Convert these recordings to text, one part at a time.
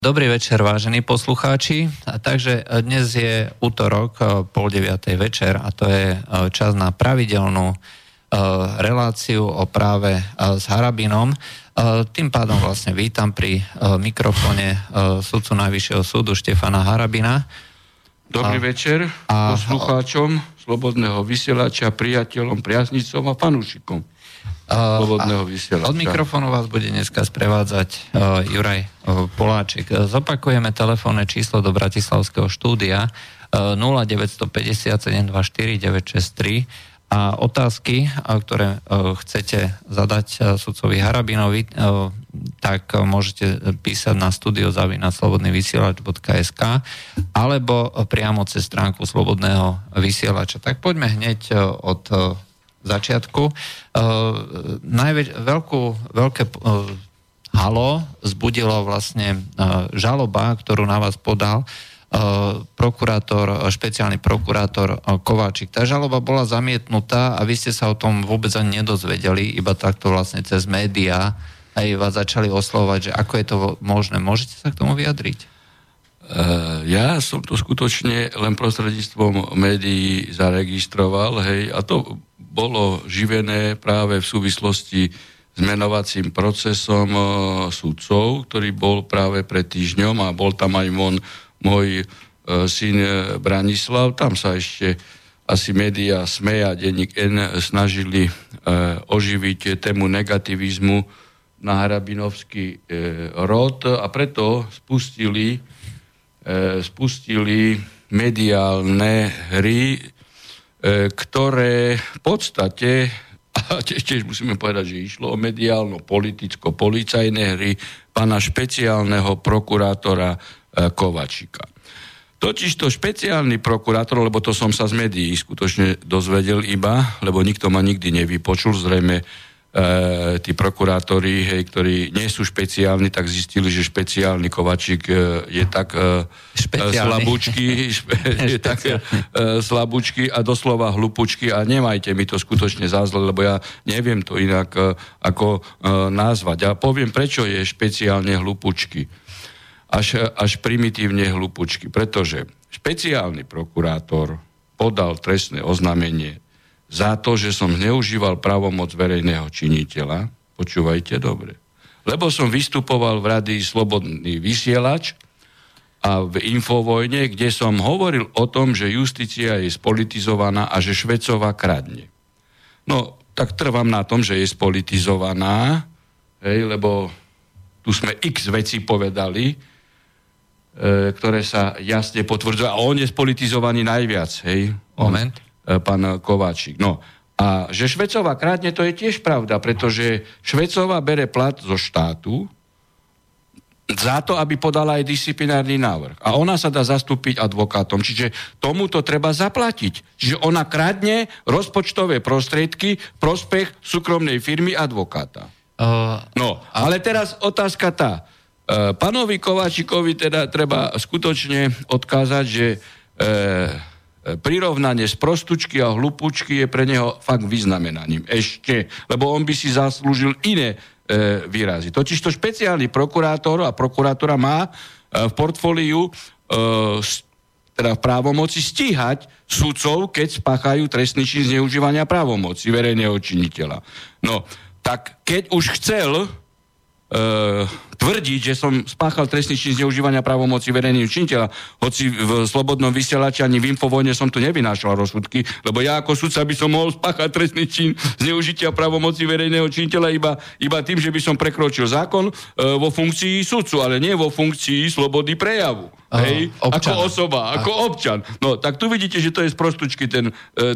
Dobrý večer, vážení poslucháči. Takže dnes je útorok, 8:30 večer a to je čas na pravidelnú reláciu o práve s Harabinom. Tým pádom vlastne vítam pri mikrofóne sudcu Najvyššieho súdu Štefana Harabina. Dobrý večer poslucháčom Slobodného vysielača, priateľom, priaznicom a fanúšikom Slobodného vysielača. Od mikrofónu vás bude dneska sprevádzať Juraj Poláček. Zopakujeme telefónne číslo do bratislavského štúdia 0957 249 963 a otázky, ktoré chcete zadať sudcovi Harabinovi, tak môžete písať na studio@slobodnyvysielac.sk alebo priamo cez stránku Slobodného vysielača. Tak poďme hneď od začiatku. Veľké halo zbudilo vlastne žaloba, ktorú na vás podal špeciálny prokurátor Kováčik. Tá žaloba bola zamietnutá a vy ste sa o tom vôbec ani nedozvedeli, iba takto vlastne cez médiá aj vás začali oslovať, že ako je to možné. Môžete sa k tomu vyjadriť? Ja som to skutočne len prostredníctvom médií zaregistroval, a to bolo živené práve v súvislosti s menovacím procesom sudcov, ktorý bol práve pred týždňom a bol tam aj môj syn Branislav. Tam sa ešte asi médiá SME a denník N snažili oživiť tému negativizmu na harabinovský rod a preto spustili mediálne hry, ktoré v podstate, a tiež musíme povedať, že išlo o mediálno-politicko-policajné hry pána špeciálneho prokurátora Kováčika. Totižto špeciálny prokurátor, lebo to som sa z médií skutočne dozvedel iba, lebo nikto ma nikdy nevypočul, zrejme tí prokurátori, ktorí nie sú špeciálni, tak zistili, že špeciálny Kováčik je tak slabúčky a doslova hlupučky a nemajte mi to skutočne za zle, lebo ja neviem to inak ako nazvať. A poviem, prečo je špeciálne hlupučky. Až primitívne hlupučky, pretože špeciálny prokurátor podal trestné oznámenie za to, že som zneužíval právomoc verejného činiteľa, počúvajte dobre, lebo som vystupoval v rádiu Slobodný vysielač a v Infovojne, kde som hovoril o tom, že justícia je spolitizovaná a že Švecová kradne. No, tak trvám na tom, že je spolitizovaná, lebo tu sme x vecí povedali, ktoré sa jasne potvrdzujú. A on je spolitizovaný najviac, Moment. Pán Kováčik. No, a že Švecová kradne, to je tiež pravda, pretože Švecová bere plat zo štátu za to, aby podala aj disciplinárny návrh. A ona sa dá zastúpiť advokátom. Čiže tomuto treba zaplatiť. Čiže ona kradne rozpočtové prostriedky v prospech súkromnej firmy advokáta. No, ale teraz otázka tá. Pánovi Kováčikovi teda treba skutočne odkázať, že prirovnanie z prostučky a hlupučky je pre neho fakt vyznamenaním. Ešte, lebo on by si zaslúžil iné výrazy. Totižto špeciálny prokurátor a prokurátora má v portfóliu teda v právomoci stíhať sudcov, keď spáchajú trestný čin zneužívania právomoci verejného činiteľa. No, tak keď už chcel tvrdiť, že som spáchal trestný čin zneužívania právomoci verejného činiteľa, hoci v Slobodnom vysielači ani v Infovojne som tu nevynášal rozsudky, lebo ja ako sudca by som mohol spáchať trestný čin zneužitia právomoci verejného činiteľa iba tým, že by som prekročil zákon vo funkcii sudcu, ale nie vo funkcii slobody prejavu. Ako osoba, ako občan. No, tak tu vidíte, že to je z prostučky ten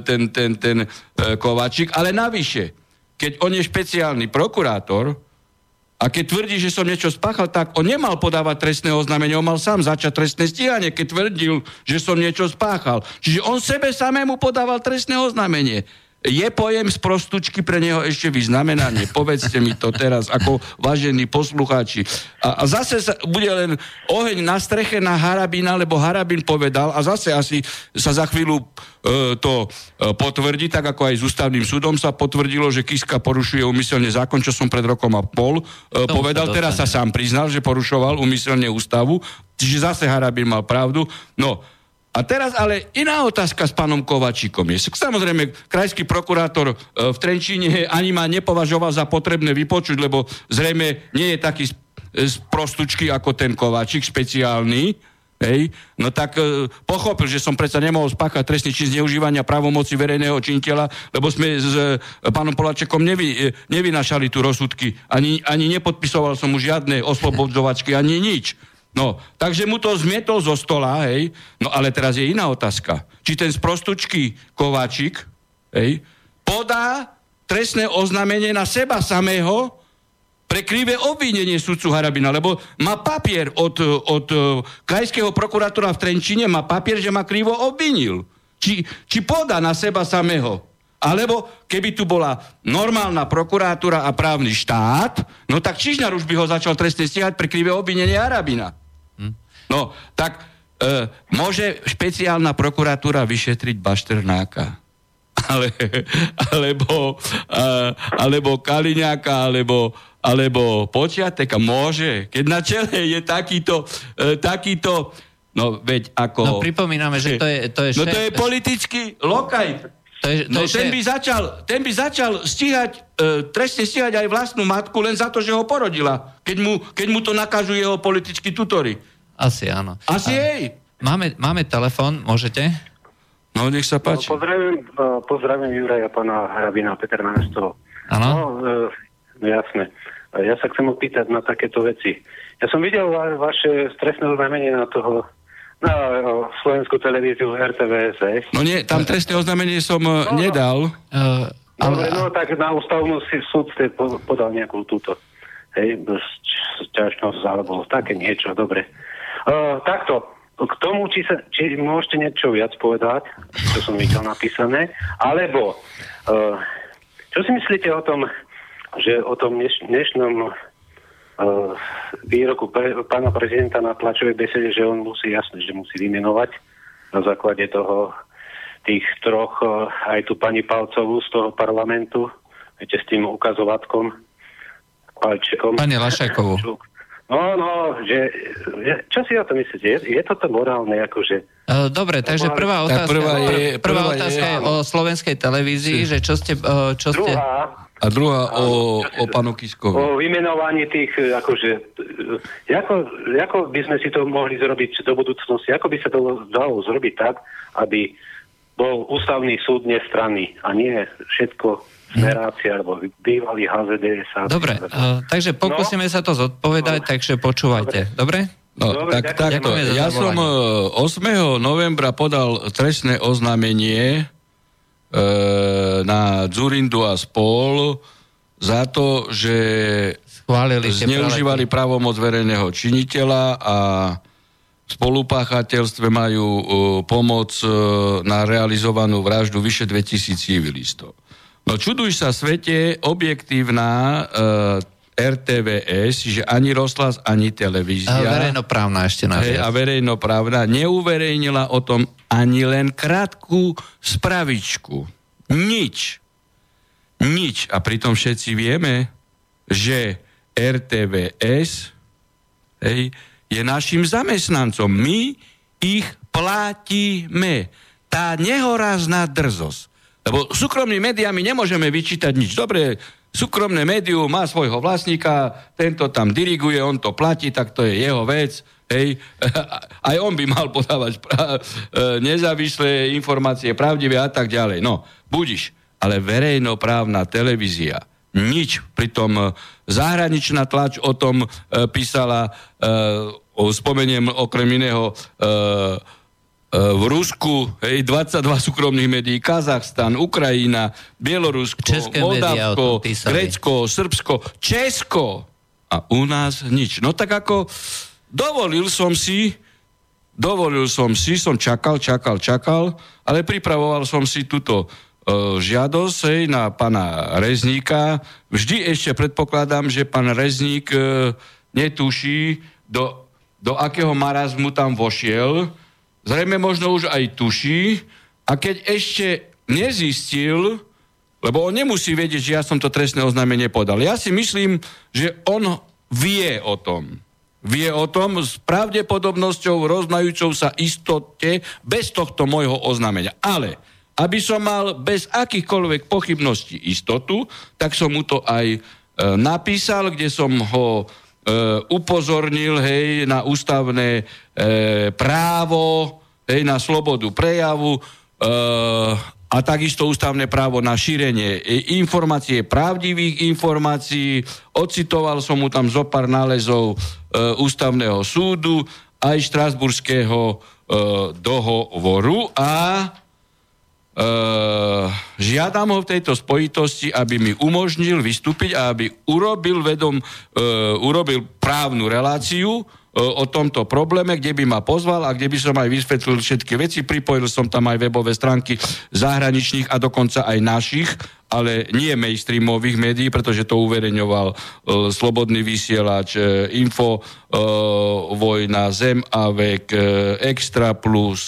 Kováčik, ale navyše, keď on je špeciálny prokurátor, a keď tvrdí, že som niečo spáchal, tak on nemal podávať trestné oznámenie, on mal sám začať trestné stíhanie, keď tvrdil, že som niečo spáchal. Čiže on sebe samému podával trestné oznámenie. Je pojem z prostučky pre neho ešte vyznamenanie? Povedzte mi to teraz, ako vážení poslucháči. A zase bude len oheň na streche na Harabina, lebo Harabin povedal, a zase asi sa za chvíľu to potvrdí, tak ako aj s ústavným súdom sa potvrdilo, že Kiska porušuje úmyselne zákon, čo som pred rokom a pol povedal. Teraz sa sám priznal, že porušoval úmyselne ústavu, čiže zase Harabin mal pravdu. No, a teraz ale iná otázka s pánom Kovačíkom je. Samozrejme, krajský prokurátor v Trenčíne ani ma nepovažoval za potrebné vypočuť, lebo zrejme nie je taký z prostučky ako ten Kovačík, špeciálny. Hej. No tak pochopil, že som predsa nemohol spáchať trestný čin zneužívania právomoci verejného činiteľa, lebo sme s pánom Poláčekom nevynašali tu rozsudky. Ani nepodpisoval som mu žiadne oslobodzovačky, ani nič. No, takže mu to zmietol zo stola, hej. No, ale teraz je iná otázka. Či ten z prostučky Kováčik, hej, podá trestné oznámenie na seba samého pre krivé obvinenie sudcu Harabina, lebo má papier od krajského prokurátora v Trenčíne, má papier, že ma krivo obvinil. Či podá na seba samého. Alebo keby tu bola normálna prokuratúra a právny štát, no tak Čižnár už by ho začal trestne stíhať pre krivé obvinenie Harabina. No, tak môže špeciálna prokuratúra vyšetriť Bašternáka. Alebo Kaliňáka, alebo Počiateka. Môže. Keď na čele je takýto no veď ako... No pripomíname, že to je šéf. No to je politický lokaj. Ten by začal trestne stíhať aj vlastnú matku len za to, že ho porodila. Keď mu to nakážu jeho politickí tutori. Asi áno. Asi jej. Máme telefon, môžete? No, nech sa páči. Pozdravím Juraja, pána Harabina, Peter Námestov. Áno? No, jasné. Ja sa chcem opýtať na takéto veci. Ja som videl vaše trestné oznámenie na slovenskú televíziu RTVS. No nie, tam trestné oznámenie som nedal. Dobre, no tak na ústavnú súd ste podal nejakú túto ťažnosť alebo také niečo, dobre. Takto, k tomu, či môžete niečo viac povedať, čo som videl napísané, alebo čo si myslíte o tom, že o tom dnešnom výroku pána prezidenta na tlačovej besede, že on musí vymenovať na základe tých troch, aj tu pani Palcovú z toho parlamentu, viete, s tým ukazovatkom, palčekom. Pani Lašákovú. No, čo si o to myslíte? Je toto morálne, akože... Dobre, takže prvá otázka je o slovenskej televízii, že čo ste... A druhá o panu Kiskovi. O vymenovaní tých, akože... Ako by sme si to mohli zrobiť do budúcnosti? Ako by sa to dalo zrobiť tak, aby bol ústavný súd nestranný a nie všetko smeráci alebo bývalý HZDS. Dobre, takže pokúsime sa to zodpovedať, takže počúvajte. Dobre? No, tak takto. Ja som 8. novembra podal trestné oznámenie na Dzurindu a spol za to, že zneužívali právomoc verejného činiteľa a v spolupáchateľstve majú pomoc na realizovanú vraždu vyše 2000 civilistov. No čuduj sa svete, objektívna RTVS, že ani rozhlas, ani televízia. Verejnoprávna ešte naviac. A verejnoprávna neuverejnila o tom ani len krátku spravičku. Nič. A pritom všetci vieme, že RTVS je našim zamestnancom. My ich platíme. Tá nehorázna drzosť. Lebo súkromným médiám nemôžeme vyčítať nič. Dobre, súkromné médium má svojho vlastníka, tento tam diriguje, on to platí, tak to je jeho vec. Hej. Aj on by mal podávať nezávislé informácie, pravdivé a tak ďalej. No, budiš. Ale verejnoprávna televízia nič. Pritom zahraničná tlač o tom písala, spomeniem okrem iného v Rusku, 22 súkromných médií, Kazachstan, Ukrajina, Bielorusko, Moldavsko, Grécko, Srbsko, Česko. A u nás nič. No tak ako dovolil som si, som čakal, ale pripravoval som si túto žiadosť na pána Rezníka. Vždy ešte predpokladám, že pán Rezník netuší, do akého marazmu tam vošiel. Zrejme možno už aj tuší. A keď ešte nezistil, lebo on nemusí vedieť, že ja som to trestné oznámenie podal. Ja si myslím, že on vie o tom. Vie o tom s pravdepodobnosťou roznajúcou sa istote bez tohto môjho oznámenia. Ale aby som mal bez akýchkoľvek pochybností istotu, tak som mu to aj napísal, kde som ho upozornil, hej, na ústavné právo, hej, na slobodu prejavu a takisto ústavné právo na šírenie informácie, pravdivých informácií. Ocitoval som mu tam zo pár nálezov ústavného súdu aj štrasburského dohovoru a žiadam ho v tejto spojitosti, aby mi umožnil vystúpiť a aby urobil právnu reláciu o tomto probléme, kde by ma pozval a kde by som aj vysvetlil všetky veci. Pripojil som tam aj webové stránky zahraničných a dokonca aj našich, ale nie mainstreamových médií, pretože to uverejňoval Slobodný vysielač, Info, Vojna, Zem a vek, Extra Plus,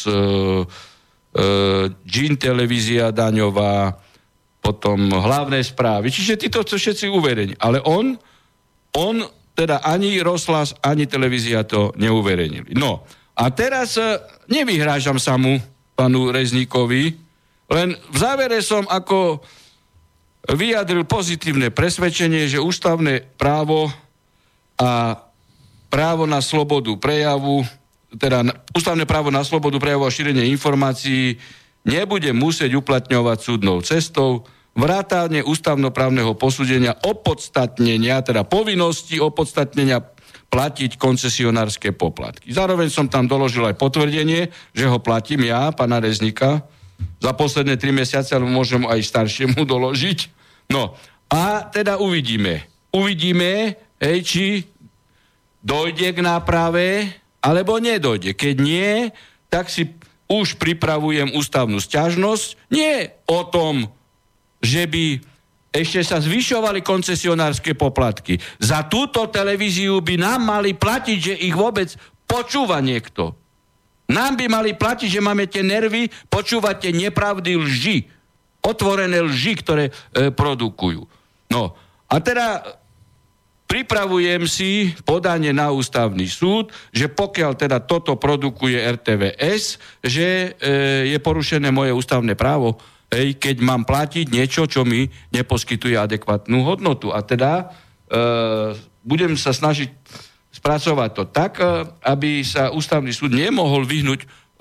Džin televízia daňová, potom hlavné správy. Čiže títo všetci uverejní. Ale on teda ani rozhlas, ani televízia to neuverejnili. No, a teraz nevyhrážam sa mu, panu Rezníkovi, len v závere som ako vyjadril pozitívne presvedčenie, že ústavné právo a právo na slobodu prejavu, teda ústavné právo na slobodu prejavu a šírenie informácií nebude musieť uplatňovať súdnou cestou, vrátane ústavnoprávneho posúdenia opodstatnenia, teda povinnosti opodstatnenia platiť koncesionárske poplatky. Zároveň som tam doložil aj potvrdenie, že ho platím ja, pána Rezníka, za posledné 3 mesiace, ale môžem aj staršiemu doložiť. No, a teda uvidíme. Hej, či dojde k náprave, alebo nedojde. Keď nie, tak si už pripravujem ústavnú sťažnosť. Nie o tom, že by ešte sa zvyšovali koncesionárske poplatky. Za túto televíziu by nám mali platiť, že ich vôbec počúva niekto. Nám by mali platiť, že máme tie nervy, počúvať tie nepravdy, lži. Otvorené lži, ktoré produkujú. No, a teda pripravujem si podanie na ústavný súd, že pokiaľ teda toto produkuje RTVS, že je porušené moje ústavné právo, keď mám platiť niečo, čo mi neposkytuje adekvátnu hodnotu. A teda budem sa snažiť spracovať to tak, aby sa ústavný súd nemohol vyhnúť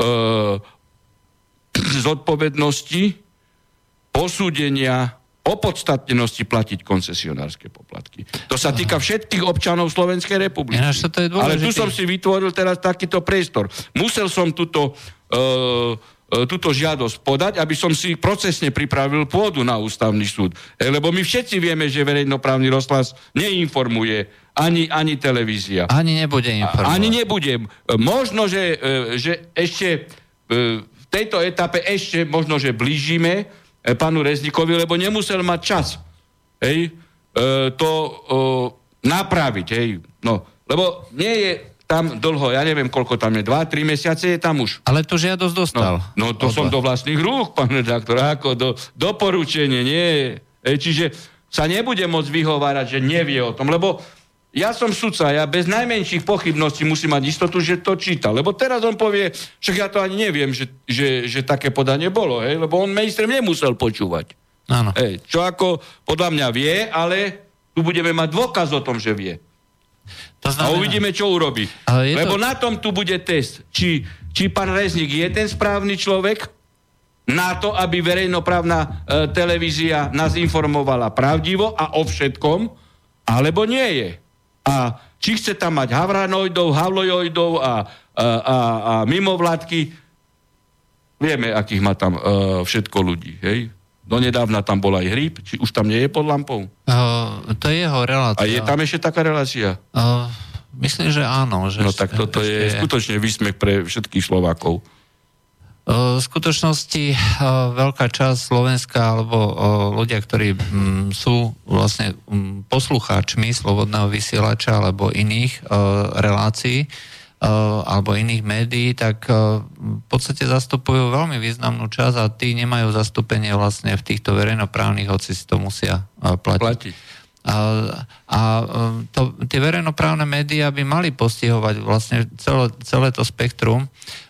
zodpovednosti posúdenia opodstatnenosti platiť koncesionárske poplatky. To sa týka všetkých občanov Slovenskej republiky. Ale tu som si vytvoril teraz takýto priestor. Musel som túto žiadosť podať, aby som si procesne pripravil pôdu na ústavný súd. Lebo my všetci vieme, že verejnoprávny rozhlas neinformuje ani televízia. Ani nebude informovať. Ani nebudem. Možno, že ešte v tejto etape ešte možno, že blížime pánu Rezníkovi, lebo nemusel mať čas to napraviť. No, lebo nie je tam dlho, ja neviem, koľko tam je, 2-3 mesiace je tam už. Ale tu žiadosť dostal. No to som do vlastných rúk, pán redaktor, ako doporučenie, nie. Čiže sa nebude môcť vyhovárať, že nevie o tom, lebo ja som sudca, ja bez najmenších pochybností musím mať istotu, že to číta. Lebo teraz on povie, však ja to ani neviem, že také podanie bolo, lebo on mainstream nemusel počúvať. Áno. Čo ako podľa mňa vie, ale tu budeme mať dôkaz o tom, že vie. To znamená, a uvidíme, čo urobí. Lebo na tom tu bude test. Či pán Rezník je ten správny človek na to, aby verejnoprávna televízia nás informovala pravdivo a o všetkom, alebo nie je. A či chce tam mať havranoidov, havlojoidov a mimovládky, vieme, akých má tam všetko ľudí, hej? Donedávna tam bol aj hríb, či už tam nie je pod lampou? To je jeho relácia. A je tam ešte taká relácia? Myslím, že áno. Že no tak toto je skutočne výsmech pre všetkých Slovákov. V skutočnosti veľká časť Slovenska alebo ľudia, ktorí sú vlastne poslucháčmi Slobodného vysielača alebo iných relácií alebo iných médií, tak v podstate zastupujú veľmi významnú časť a tí nemajú zastúpenie vlastne v týchto verejnoprávnych, hoci si to musia platiť. Tie verejnoprávne médiá by mali postihovať vlastne celé to spektrum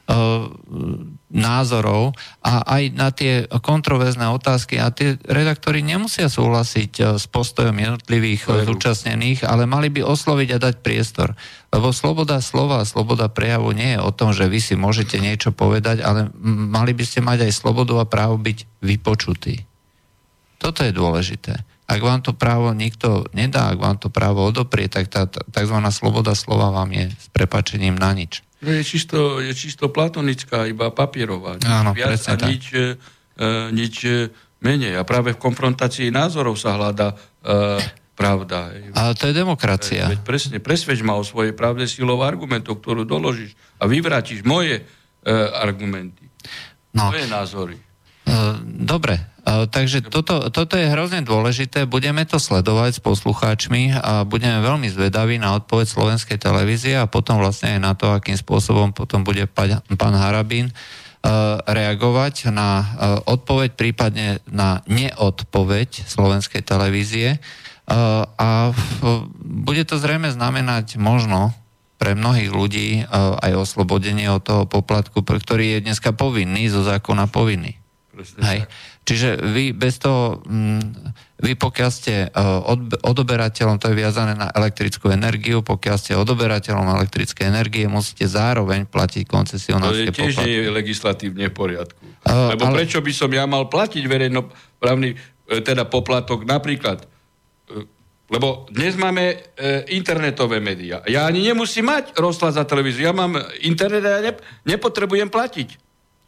názorov a aj na tie kontroverzné otázky a tie redaktori nemusia súhlasiť s postojom jednotlivých zúčastnených, ale mali by osloviť a dať priestor. Lebo sloboda slova a sloboda prejavu nie je o tom, že vy si môžete niečo povedať, ale mali by ste mať aj slobodu a právo byť vypočutí. Toto je dôležité. Ak vám to právo nikto nedá, ak vám to právo odoprie, tak tá tzv. Sloboda slova vám je s prepáčením na nič. Je čisto platonická, iba papierová. Áno, viac a nič menej. A práve v konfrontácii názorov sa hľadá pravda. Ale to je demokracia. Veď presne, presvedč ma o svojej pravde silou argumentov, ktorú doložíš a vyvrátiš moje argumenty. Moje názory. Dobre, takže toto je hrozne dôležité, budeme to sledovať s poslucháčmi a budeme veľmi zvedaví na odpoveď slovenskej televízie a potom vlastne aj na to, akým spôsobom potom bude pán Harabín reagovať na odpoveď, prípadne na neodpoveď slovenskej televízie a bude to zrejme znamenať možno pre mnohých ľudí aj oslobodenie od toho poplatku, ktorý je dneska povinný, zo zákona povinný. Hej. Čiže vy bez toho, vy pokiaľ ste odoberateľom, to je viazané na elektrickú energiu, pokiaľ ste odoberateľom elektrickej energie, musíte zároveň platiť koncesionárske poplatky. To tiež nie je legislatívne v poriadku. Lebo prečo by som ja mal platiť verejnoprávny teda poplatok napríklad? Lebo dnes máme internetové médiá. Ja ani nemusím mať rozhlas za televíziu. Ja mám internet a ja nepotrebujem platiť.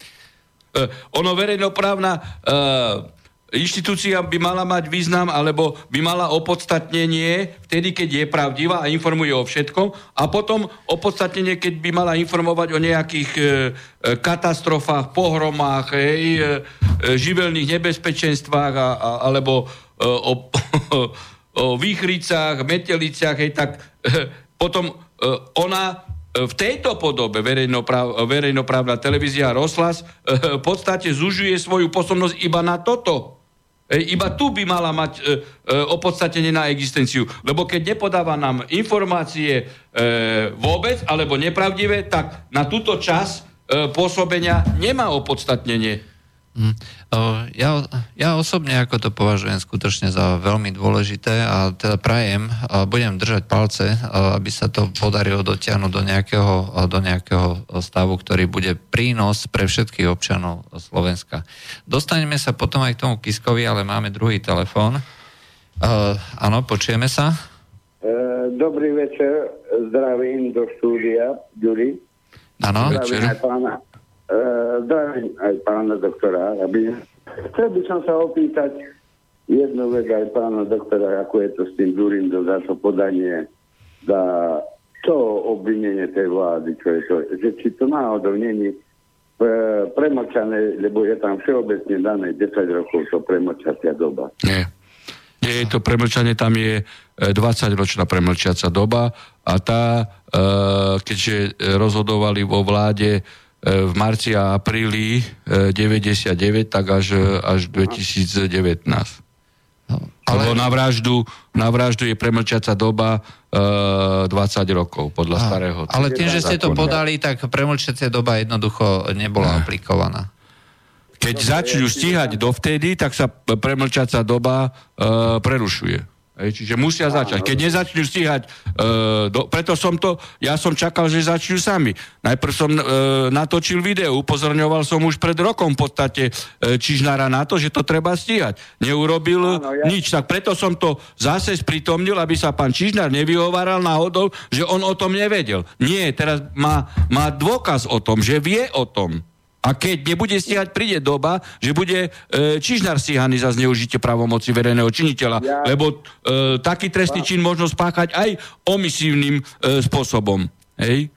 Ono verejnoprávna inštitúcia by mala mať význam alebo by mala opodstatnenie vtedy, keď je pravdivá a informuje o všetkom a potom opodstatnenie, keď by mala informovať o nejakých katastrofách, pohromách, živelných nebezpečenstvách alebo o výchricách, meteliciach, tak potom ona v tejto podobe verejnoprávna televízia a rozhlas v podstate zužuje svoju pôsobnosť iba na toto. Iba tu by mala mať opodstatnenie na existenciu. Lebo keď nepodáva nám informácie vôbec alebo nepravdivé, tak na túto čas pôsobenia nemá opodstatnenie. Ja osobne ako to považujem skutočne za veľmi dôležité a teda prajem, budem držať palce, aby sa to podarilo dotiahnuť do nejakého stavu, ktorý bude prínos pre všetkých občanov Slovenska. Dostaneme sa potom aj k tomu Kiskovi, ale máme druhý telefón. Áno, počujeme sa? Dobrý večer, zdravím do štúdia, Ďuri. Áno, večer. Zdravím aj pána doktora. Chcel by som sa opýtať jednu vec aj pána doktora, ako je to s tým Ďurim za to podanie za to obvinenie tej vlády, čo je to, že či to náhodou není premlčané, lebo je tam všeobecne dané 10 rokov to premlčacia doba. Nie je to premlčanie, tam je 20-ročná premlčiaca doba a tá, keďže rozhodovali vo vláde v marci a apríli 99, tak až 2019. Lebo na vraždu je premlčiaca doba 20 rokov podľa starého. Ale tým, že ste to podali, tak premlčiacia doba jednoducho nebola aplikovaná. Keď začnú stíhať dovtedy, tak sa premlčiaca doba prerušuje. Čiže musia začať. Keď nezačnú stíhať, preto ja som čakal, že začnú sami. Najprv som natočil video, upozorňoval som už pred rokom v podstate Čižnára na to, že to treba stíhať. Neurobil nič, tak preto som to zase sprítomnil, aby sa pán Čižnár nevyhováral náhodou, že on o tom nevedel. Nie, teraz má dôkaz o tom, že vie o tom. A keď nebude stíhať, príde doba, že bude Čižnár stíhaný za zneužitie právomoci verejného činiteľa. Lebo taký trestný čin možno spáchať aj omisívnym spôsobom. Hej?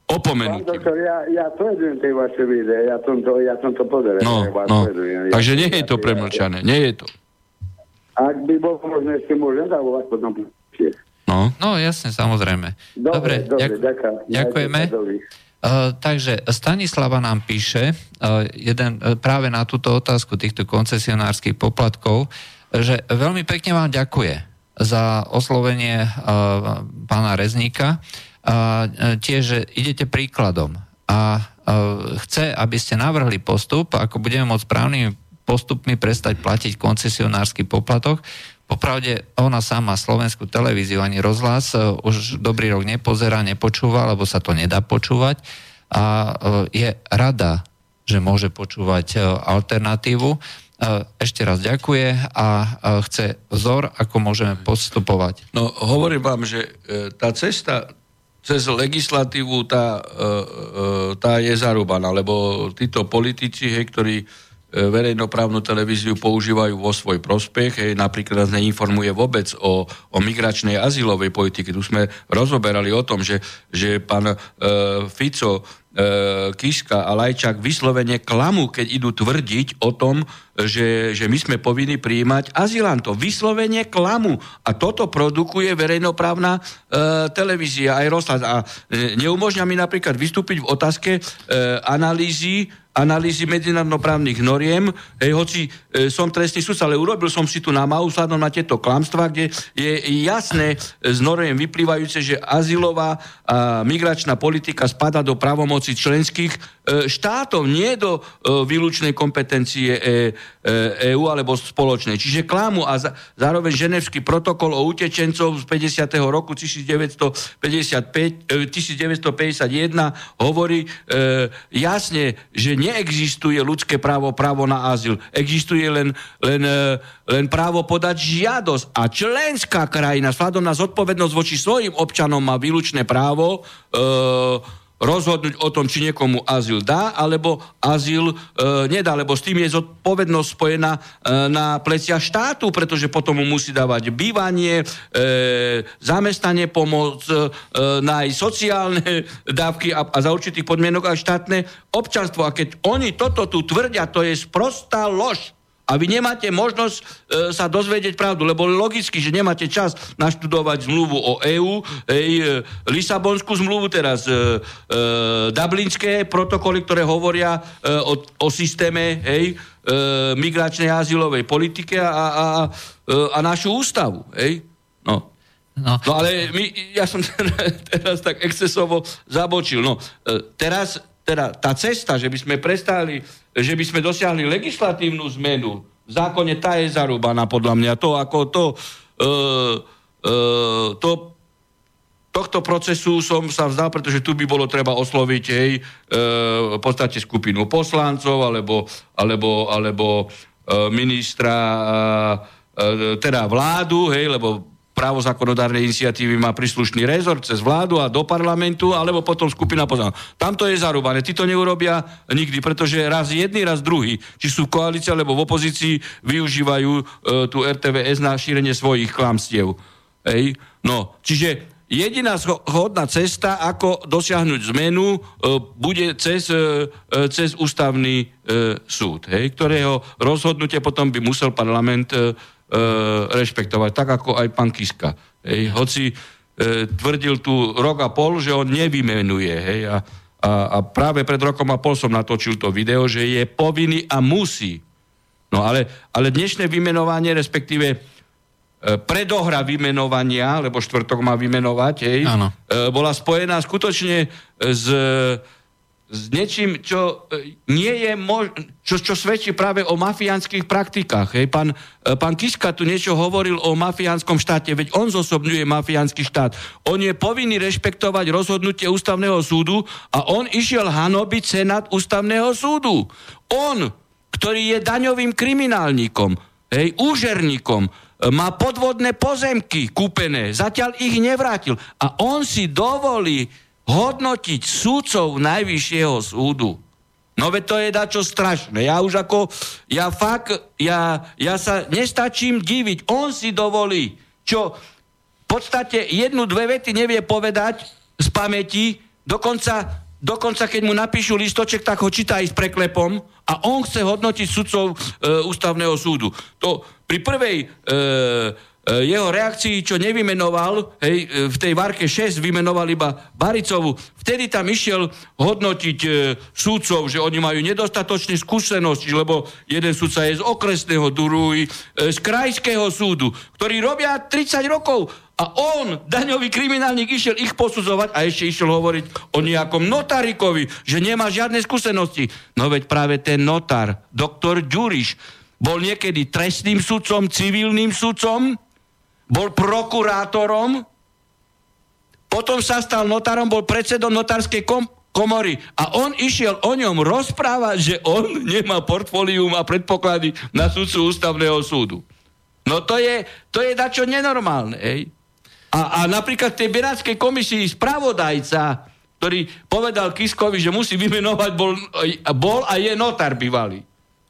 opomenutím. Pán doktor, ja sledujem tie vaše videá, ja som to pozeral. Takže nie je to premlčané, nie je to. Ak by bolo možné, ešte môžem zavolať potom. No, jasne, samozrejme. Dobre, ďakujeme. Takže Stanislava nám píše práve na túto otázku týchto koncesionárskych poplatkov, že veľmi pekne vám ďakuje za oslovenie pána Rezníka. Tiež, že idete príkladom a chce, aby ste navrhli postup, ako budeme môcť správnymi postupmi prestať platiť koncesionársky poplatok. Popravde, ona sama slovenskú televíziu ani rozhlas už dobrý rok nepozerá, nepočúva, lebo sa to nedá počúvať a je rada, že môže počúvať alternatívu. Ešte raz ďakuje a chce vzor, ako môžeme postupovať. No, hovorím vám, že tá cesta cez legislatívu, tá je zarúbaná, lebo títo politici, ktorí verejnoprávnu televíziu používajú vo svoj prospech. Napríklad nás neinformuje vôbec o migračnej azylovej politike. Tu sme rozoberali o tom, že pán Fico, Kiska a Lajčák vyslovene klamú, keď idú tvrdiť o tom, že my sme povinni prijímať azylantov. Vyslovene klamu. A toto produkuje verejnoprávna televízia aj rozhlas. A neumožňa mi napríklad vystúpiť v otázke analýzy medzinárodnoprávnych noriem, hoci som trestný sudca, ale urobil som si tu námahu vzhľadom na tieto klamstvá, kde je jasné z noriem vyplývajúce, že azylová a migračná politika spadá do právomoci členských štátov, nie do výlučnej kompetencie EÚ alebo spoločnej. Čiže klamu a zároveň ženevský protokol o utečencov z 50. roku 1951 hovorí jasne, že neexistuje ľudské právo na azyl. Existuje len právo podať žiadosť a členská krajina vzhľadom na zodpovednosť voči svojim občanom má výlučné právo rozhodnúť o tom, či niekomu azyl dá, alebo azyl nedá, lebo s tým je zodpovednosť spojená na plecia štátu, pretože potom mu musí dávať bývanie, zamestnanie, pomoc, aj sociálne dávky a za určitých podmienok aj štátne občanstvo. A keď oni toto tu tvrdia, to je sprostá lož. A vy nemáte možnosť sa dozvedieť pravdu, lebo logicky, že nemáte čas naštudovať zmluvu o EÚ, Lisabonskú zmluvu, teraz Dublinské protokoly, ktoré hovoria o systéme migračnej a azylovej politike a našu ústavu. No, ale ja som teraz tak excesovo zabočil. No, teraz tá cesta, že by sme prestali, že by sme dosiahli legislatívnu zmenu v zákone, tá je zarúbaná podľa mňa. Tohto procesu som sa vzdal, pretože tu by bolo treba osloviť v podstate skupinu poslancov alebo ministra, teda vládu, lebo právo zákonodárnej iniciatívy má príslušný rezort cez vládu a do parlamentu, alebo potom skupina poslancov. Tamto je zarúbané. Tí to neurobia nikdy, pretože raz jedni, raz druhý, či sú v koalícii alebo v opozícii, využívajú tú RTVS na šírenie svojich klamstiev. No, čiže jediná schodná cesta, ako dosiahnuť zmenu, bude cez ústavný súd, ktorého rozhodnutie potom by musel parlament rešpektovať, tak ako aj pán Kiska. Hoci tvrdil tu rok a pol, že on nevymenuje. A práve pred rokom a pol som natočil to video, že je povinný a musí. No ale dnešné vymenovanie, respektíve predohra vymenovania, lebo štvrtok má vymenovať, bola spojená skutočne s niečím, čo nie je čo svedčí práve o mafiánskych praktikách. Pán Kiska tu niečo hovoril o mafiánskom štáte, veď on zosobňuje mafiánsky štát. On je povinný rešpektovať rozhodnutie ústavného súdu a on išiel hanobiť senát ústavného súdu. On, ktorý je daňovým kriminálnikom, úžerníkom, má podvodné pozemky kúpené, zatiaľ ich nevrátil. A on si dovolí hodnotiť súdcov Najvyššieho súdu. No veď to je dačo strašné. Ja sa nestačím diviť. On si dovolí, čo v podstate jednu, dve vety nevie povedať z pamäti, Dokonca, keď mu napíšu listoček, tak ho číta aj s preklepom a on chce hodnotiť sudcov ústavného súdu. To pri prvej jeho reakcii, čo nevymenoval, v tej várke 6 vymenoval iba Baricovu, vtedy tam išiel hodnotiť súdcov, že oni majú nedostatočné skúsenosti, lebo jeden súdca je z okresného, druhý z krajského súdu, ktorí robia 30 rokov a on, daňový kriminálnik, išiel ich posudzovať a ešte išiel hovoriť o nejakom notárikovi, že nemá žiadne skúsenosti. No veď práve ten notár, doktor Ďuriš, bol niekedy trestným sudcom, civilným sudcom, bol prokurátorom, potom sa stal notárom, bol predsedom notárskej komory a on išiel o ňom rozprávať, že on nemá portfólium a predpoklady na sudcu ústavného súdu. No to je dačo nenormálne, A napríklad v tej Benátskej komisii spravodajca, ktorý povedal Kiskovi, že musí vymenovať, bol a je notár bývalý.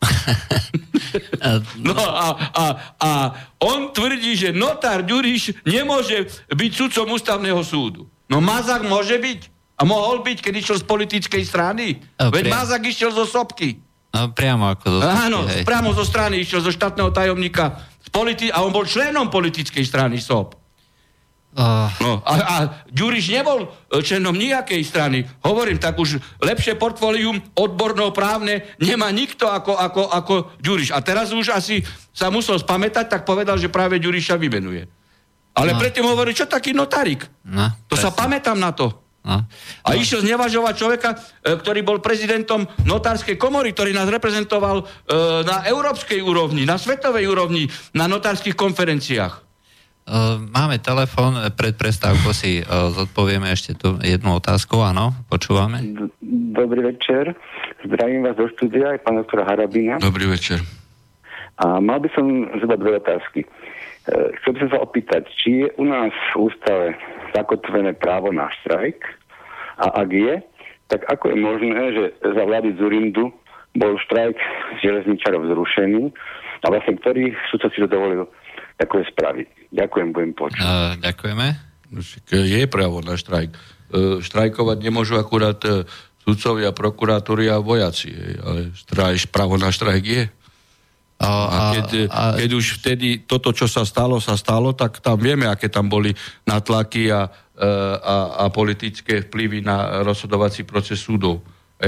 No a on tvrdí, že notár Ďuriš nemôže byť sudcom ústavného súdu. No Mazák môže byť. A mohol byť, keď išiel z politickej strany. Veď Mazák išiel zo Sopky. Priamo ako zo Sopky. Áno, priamo zo strany išiel, zo štátneho tajomníka a on bol členom politickej strany SOP. No, a Ďuriš nebol členom nejakej strany. Hovorím, tak už lepšie portfólium odborno-právne nemá nikto ako Ďuriš. A teraz už asi sa musel spamätať, tak povedal, že práve Ďuriša vymenuje. Ale predtým hovorí, čo taký notárik? To sa pamätám na to. A išiel znevažovať človeka, ktorý bol prezidentom notárskej komory, ktorý nás reprezentoval na európskej úrovni, na svetovej úrovni, na notárskych konferenciách. Máme telefon, pred prestávkou si zodpovieme ešte tú jednu otázku, áno, počúvame. Dobrý večer, zdravím vás do štúdia, aj pán doktora Harabina. Dobrý večer. A mal by som zhruba dve otázky. Chcel by som sa opýtať, či je u nás v ústave zakotvené právo na štrajk a ak je, tak ako je možné, že za vlády Dzurindu bol štrajk železničarov zrušený a vlastne ktorý sudca si to dovolil takové spraviť. Ďakujem, budem počuť. Ďakujeme. Je právo na štrajk. Štrajkovať nemôžu akurát sudcovia, prokurátori a vojaci, ale právo na štrajk je. A keď už vtedy toto, čo sa stalo, tak tam vieme, aké tam boli natlaky a politické vplyvy na rozhodovací proces súdov.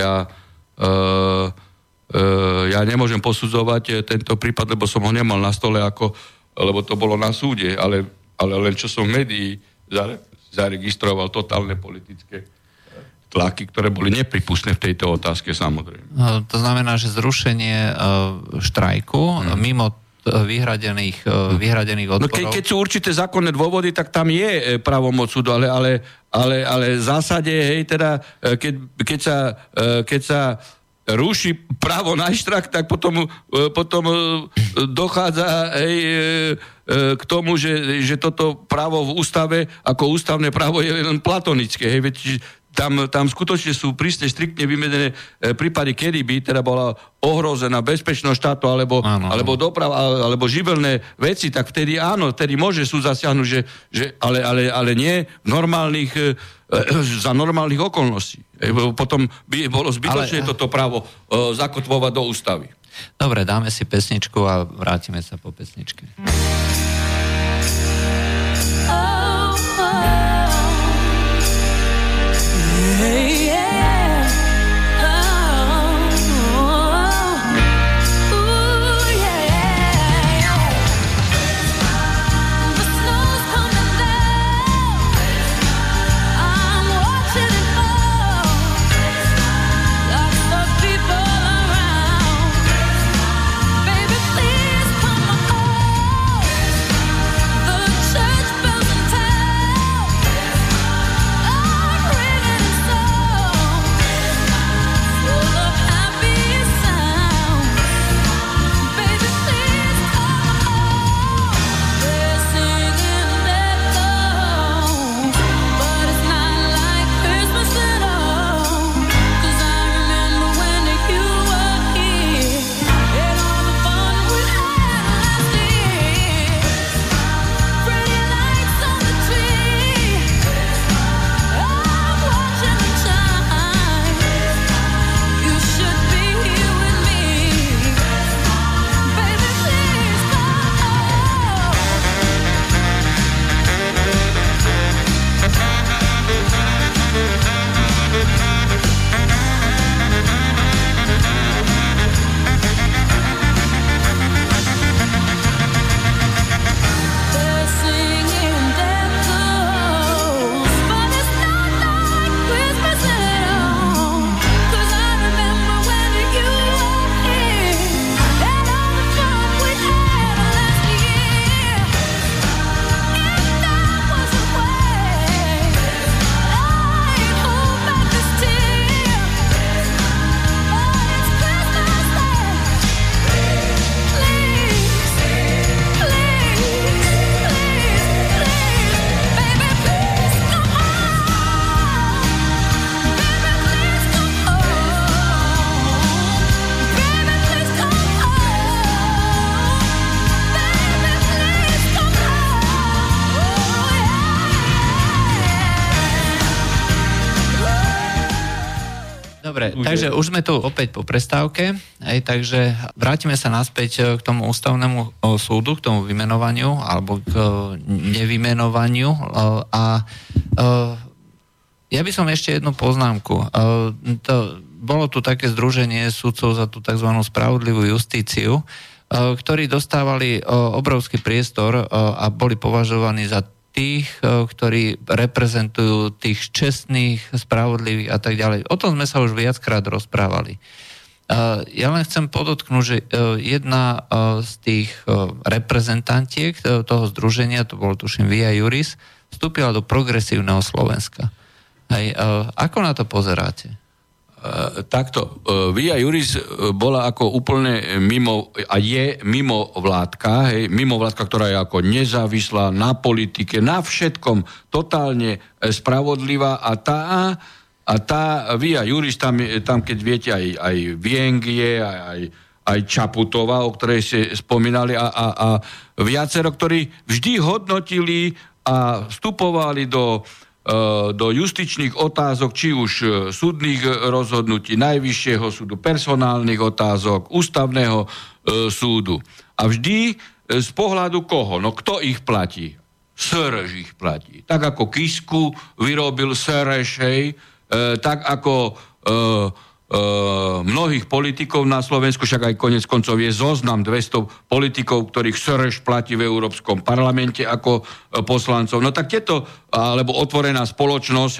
Ja nemôžem posudzovať tento prípad, lebo som ho nemal na stole, lebo to bolo na súde, ale len čo som v médii zaregistroval totálne politické tlaky, ktoré boli nepripustné v tejto otázke, samozrejme. To znamená, že zrušenie štrajku mimo vyhradených odborov... No keď sú určité zákonné dôvody, tak tam je právomoc súdu, ale v zásade, teda, keď sa ruší právo na štrajk, tak potom dochádza k tomu, že toto právo v ústave ako ústavné právo je len platonické. Veď tam skutočne sú prísne, striktne vymedené prípady, kedy by teda bola ohrozená bezpečnosť štátu alebo doprava, alebo živelné veci, tak vtedy áno, vtedy môže súd zasiahnuť, ale nie v normálnych za normálnych okolností. Potom by bolo zbytočné toto právo zakotvovať do ústavy. Dobre, dáme si pesničku a vrátime sa po pesničke. Baby, please come on. Dobre, takže už sme tu opäť po prestávke, takže vrátime sa naspäť k tomu ústavnému súdu, k tomu vymenovaniu alebo k nevymenovaniu a ja by som ešte jednu poznámku. Bolo tu také združenie sudcov za tú tzv. Spravodlivú justíciu, ktorí dostávali obrovský priestor a boli považovaní za tých, ktorí reprezentujú tých čestných, spravodlivých a tak ďalej. O tom sme sa už viackrát rozprávali. Ja len chcem podotknúť, že jedna z tých reprezentantiek toho združenia, to bolo tuším Via Juris, vstúpila do progresívneho Slovenska. Hej, ako na to pozeráte? Takto, Via Juris bola ako úplne mimo, a je mimo vládka, ktorá je ako nezávislá na politike, na všetkom, totálne spravodlivá a tá Via Juris, tam keď viete, aj Viengie, aj Čaputová, o ktorej ste spomínali, a viacero, ktorí vždy hodnotili a vstupovali do justičných otázok, či už súdnych rozhodnutí Najvyššieho súdu, personálnych otázok, ústavného súdu. A vždy z pohľadu koho? No kto ich platí? Söreš ich platí. Tak ako Kisku vyrobil Söreš, tak ako mnohých politikov na Slovensku, však aj konec koncov je zoznam 200 politikov, ktorých Söreš platí v Európskom parlamente ako poslancov. No tak tieto, alebo otvorená spoločnosť,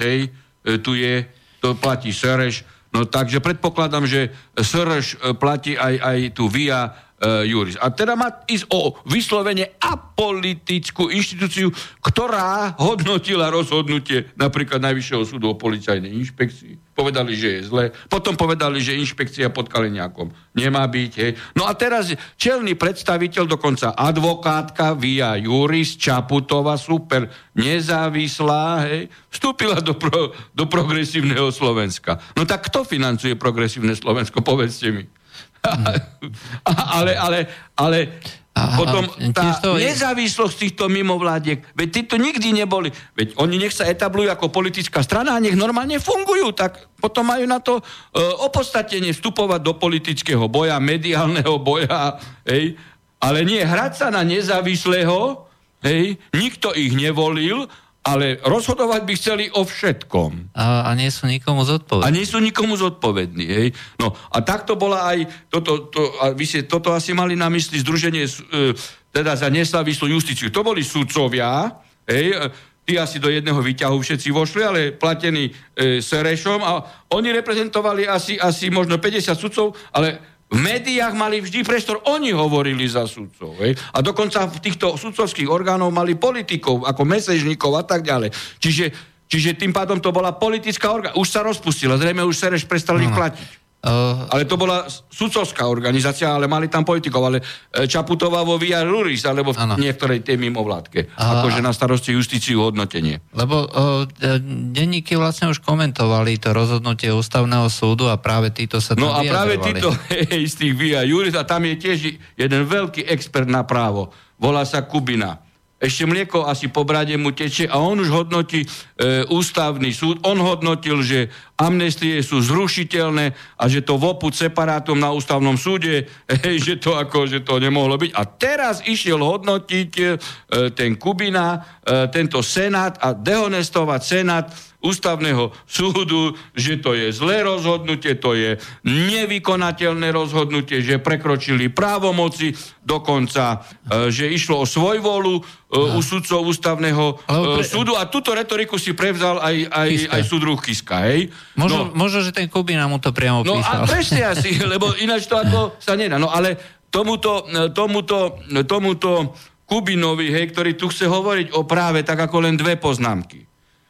to platí Söreš. No takže predpokladám, že Söreš platí aj tú Via Juris. A teda má ísť o vyslovene apolitickú inštitúciu, ktorá hodnotila rozhodnutie napríklad Najvyššieho súdu o policajnej inšpekcii. Povedali, že je zle. Potom povedali, že inšpekcia pod Kaliňákom nemá byť. No a teraz čelný predstaviteľ, dokonca advokátka Via Juris, Čaputová, super nezávislá, vstúpila do progresívneho Slovenska. No tak kto financuje progresívne Slovensko? Povedzte mi. Ale potom tá nezávislosť týchto mimovládiek, veď títo nikdy neboli, veď oni nech sa etablujú ako politická strana a nech normálne fungujú, tak potom majú na to opodstatnenie vstupovať do politického boja, mediálneho boja, ale nie hrať sa na nezávislého, nikto ich nevolil, ale rozhodovať by chceli o všetkom. A nie sú nikomu zodpovední. No a takto bola aj vy ste toto asi mali na mysli združenie teda za nezávislú justíciu. To boli sudcovia, tí asi do jedného výťahu všetci vošli, ale platení Sörešom a oni reprezentovali asi možno 50 sudcov, ale v médiách mali vždy priestor, oni hovorili za sudcov. A dokonca v týchto sudcovských orgánov mali politikov, ako mesežníkov a tak ďalej. Čiže tým pádom to bola politická orgána. Už sa rozpustila, zrejme už Söreš prestal ich platiť. Ale to bola sudcovská organizácia, ale mali tam politikov, ale Čaputová vo Via Juris, alebo v niektorej tej mimovládke. Akože na starosti justíciu hodnotenie. Lebo denníky vlastne už komentovali to rozhodnutie ústavného súdu a práve títo sa tam vyjadrovali. No a práve títo z tých Via Juris, a tam je tiež jeden veľký expert na právo. Volá sa Kubina. Ešte mlieko asi po brade mu tečie a on už hodnotí ústavný súd. On hodnotil, že amnestie sú zrušiteľné a že to vopud separátom na ústavnom súde, že to nemohlo byť. A teraz išiel hodnotiť ten Kubina, tento senát a dehonestovať senát ústavného súdu, že to je zlé rozhodnutie, to je nevykonateľné rozhodnutie, že prekročili právomoci, dokonca, že išlo o svojvolu u sudcov ústavného súdu a túto retoriku si prevzal aj súdruh Kiska, Možno, že ten Kubina mu to priamo písal. No a presne asi, lebo ináč to ako sa nedá. No ale tomuto Kubinovi, ktorý tu chce hovoriť o práve, tak ako len dve poznámky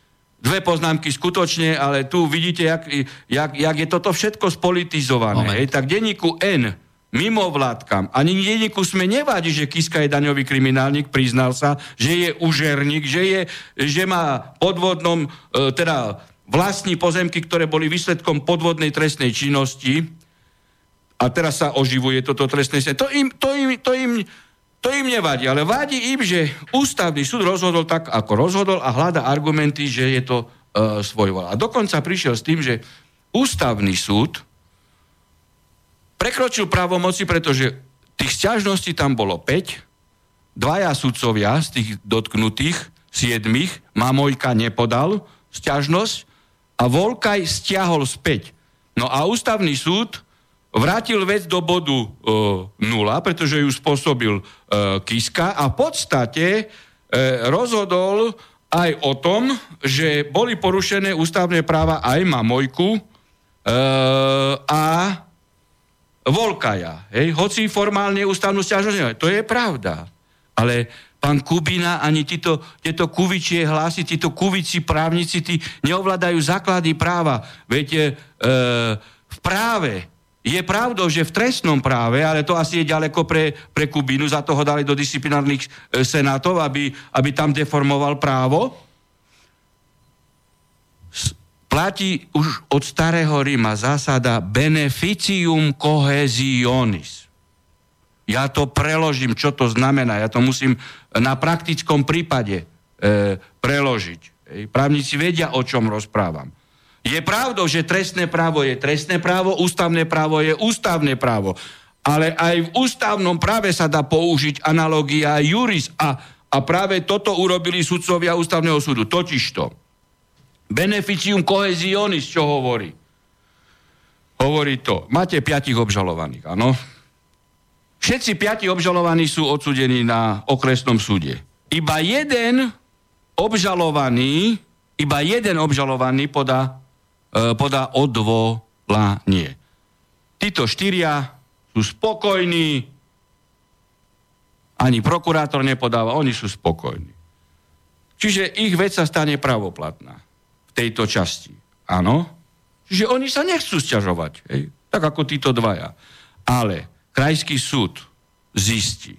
skutočne, ale tu vidíte, jak je toto všetko spolitizované. Tak denníku N, mimovládkam, ani denníku SME nevadí, že Kiska je daňový kriminálnik, priznal sa, že je užerník, že má podvodnom, teda vlastní pozemky, ktoré boli výsledkom podvodnej trestnej činnosti a teraz sa oživuje toto trestné činnosti. To im nevadí, ale vadí im, že ústavný súd rozhodol tak, ako rozhodol a hľada argumenty, že je to svojvoľa. A dokonca prišiel s tým, že ústavný súd prekročil právomoci, pretože tých sťažností tam bolo 5, 2 sudcovia z tých dotknutých 7, Mamojka nepodal sťažnosť a Volkaj stiahol späť. No a ústavný súd vrátil vec do bodu 0, pretože ju spôsobil Kiska a v podstate rozhodol aj o tom, že boli porušené ústavné práva aj Mamojku a Volkaja. Hej? Hoci formálne ústavnú sťažnosť, to je pravda. Ale pán Kubina, ani tieto kuvičie hlasy, títo kuvici právnici, tí neovládajú základy práva. Veď v práve je pravdou, že v trestnom práve, ale to asi je ďaleko pre Kubinu, za to ho dali do disciplinárnych senátov, aby tam deformoval právo. Platí už od starého Ríma zásada beneficium cohesionis. Ja to preložím, čo to znamená. Ja to musím na praktickom prípade preložiť. Právnici vedia, o čom rozprávam. Je pravdou, že trestné právo je trestné právo, ústavné právo je ústavné právo. Ale aj v ústavnom práve sa dá použiť analogia juris a práve toto urobili sudcovia ústavného súdu. Totižto beneficium cohesionis, čo hovorí? Hovorí to, máte 5 obžalovaných, áno? Všetci 5 obžalovaní sú odsúdení na okresnom súde. Iba jeden obžalovaný podá odvolanie. Títo 4 sú spokojní, ani prokurátor nepodáva, oni sú spokojní. Čiže ich vec sa stane pravoplatná v tejto časti. Áno? Čiže oni sa nechcú sťažovať, hej? Tak ako títo 2. Ale krajský súd zistí,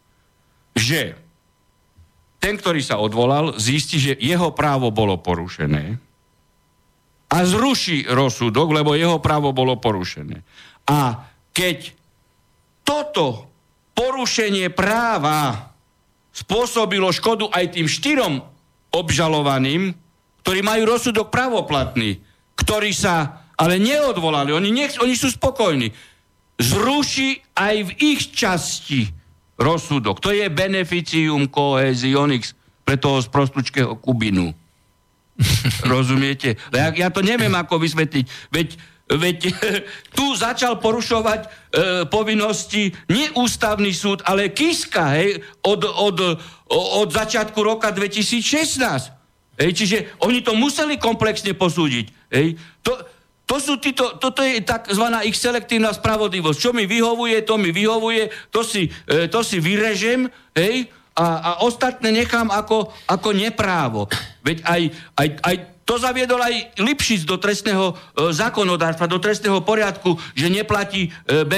že ten, ktorý sa odvolal, zistí, že jeho právo bolo porušené a zruší rozsudok, lebo jeho právo bolo porušené. A keď toto porušenie práva spôsobilo škodu aj tým 4 obžalovaným, ktorí majú rozsudok pravoplatný, ktorí sa ale neodvolali, oni sú spokojní, zruší aj v ich časti rozsudok. To je beneficium cohesionis pre toho sprostučkého Kubinu. Rozumiete? Ja to neviem, ako vysvetliť. Veď tu začal porušovať povinnosti nie ústavný súd, ale Kiska, hej, od začiatku roka 2016. Hej, čiže oni to museli komplexne posúdiť. Hej. Toto je takzvaná ich selektívna spravodlivosť. Čo mi vyhovuje, to mi vyhovuje, to si vyrežem, hej, a ostatné nechám ako neprávo. Veď aj to zaviedol aj Lipšic do trestného zákonodárstva, do trestného poriadku, že neplatí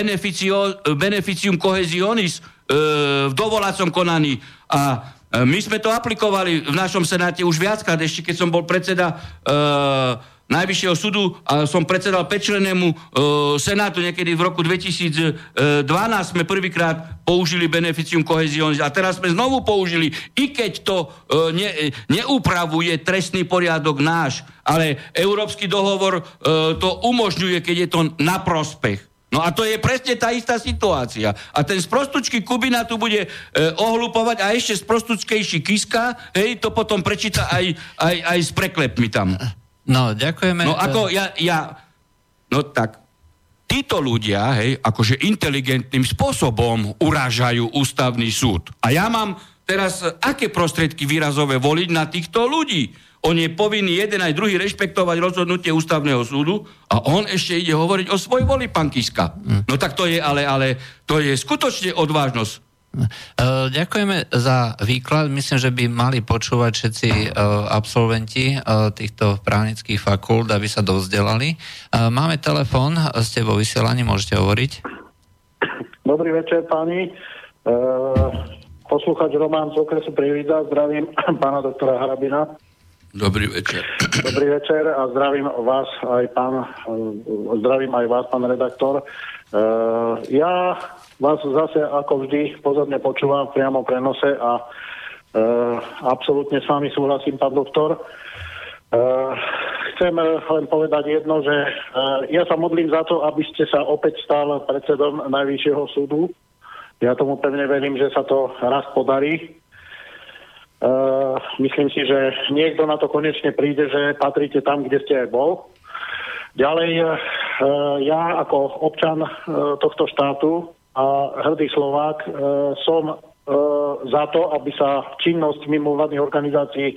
beneficium cohesionis v dovolacom konaní. A my sme to aplikovali v našom senáte už viackrát, ešte keď som bol predseda Najvyššieho súdu a som predsedal 5-člennému senátu niekedy v roku 2012 sme prvýkrát použili beneficium cohesionis a teraz sme znovu použili, i keď to neupravuje trestný poriadok náš, ale Európsky dohovor to umožňuje, keď je to na prospech. No a to je presne tá istá situácia. A ten sprostučký Kubina tu bude ohlupovať a ešte sprostučkejší Kiska, hej, to potom prečíta aj s preklepmi tam. No, ďakujeme. No ako no tak, títo ľudia, hej, akože inteligentným spôsobom urážajú ústavný súd. A ja mám teraz aké prostriedky výrazové voliť na týchto ľudí? On je povinný jeden aj druhý rešpektovať rozhodnutie ústavného súdu a on ešte ide hovoriť o svoj voli, pán Kiska. No tak to je, ale to je skutočne odvážnosť. Ďakujeme za výklad. Myslím, že by mali počúvať všetci absolventi týchto právnických fakult, aby sa dovzdelali. Máme telefón, ste vo vysielaní, môžete hovoriť. Dobrý večer, páni. Poslúchač Roman z okresu Prievidza, zdravím pána doktora Harabina. Dobrý večer. Dobrý večer a zdravím aj vás, pán redaktor. Ja vás zase ako vždy pozorne počúvam v priamom prenose a absolútne s vami súhlasím, pán doktor. chcem len povedať jedno, že ja sa modlím za to, aby ste sa opäť stal predsedom Najvyššieho súdu. Ja tomu pevne verím, že sa to raz podarí. Myslím si, že niekto na to konečne príde, že patríte tam, kde ste aj bol. Ďalej, ja ako občan tohto štátu a hrdý Slovák som za to, aby sa činnosť mimovládnych organizácií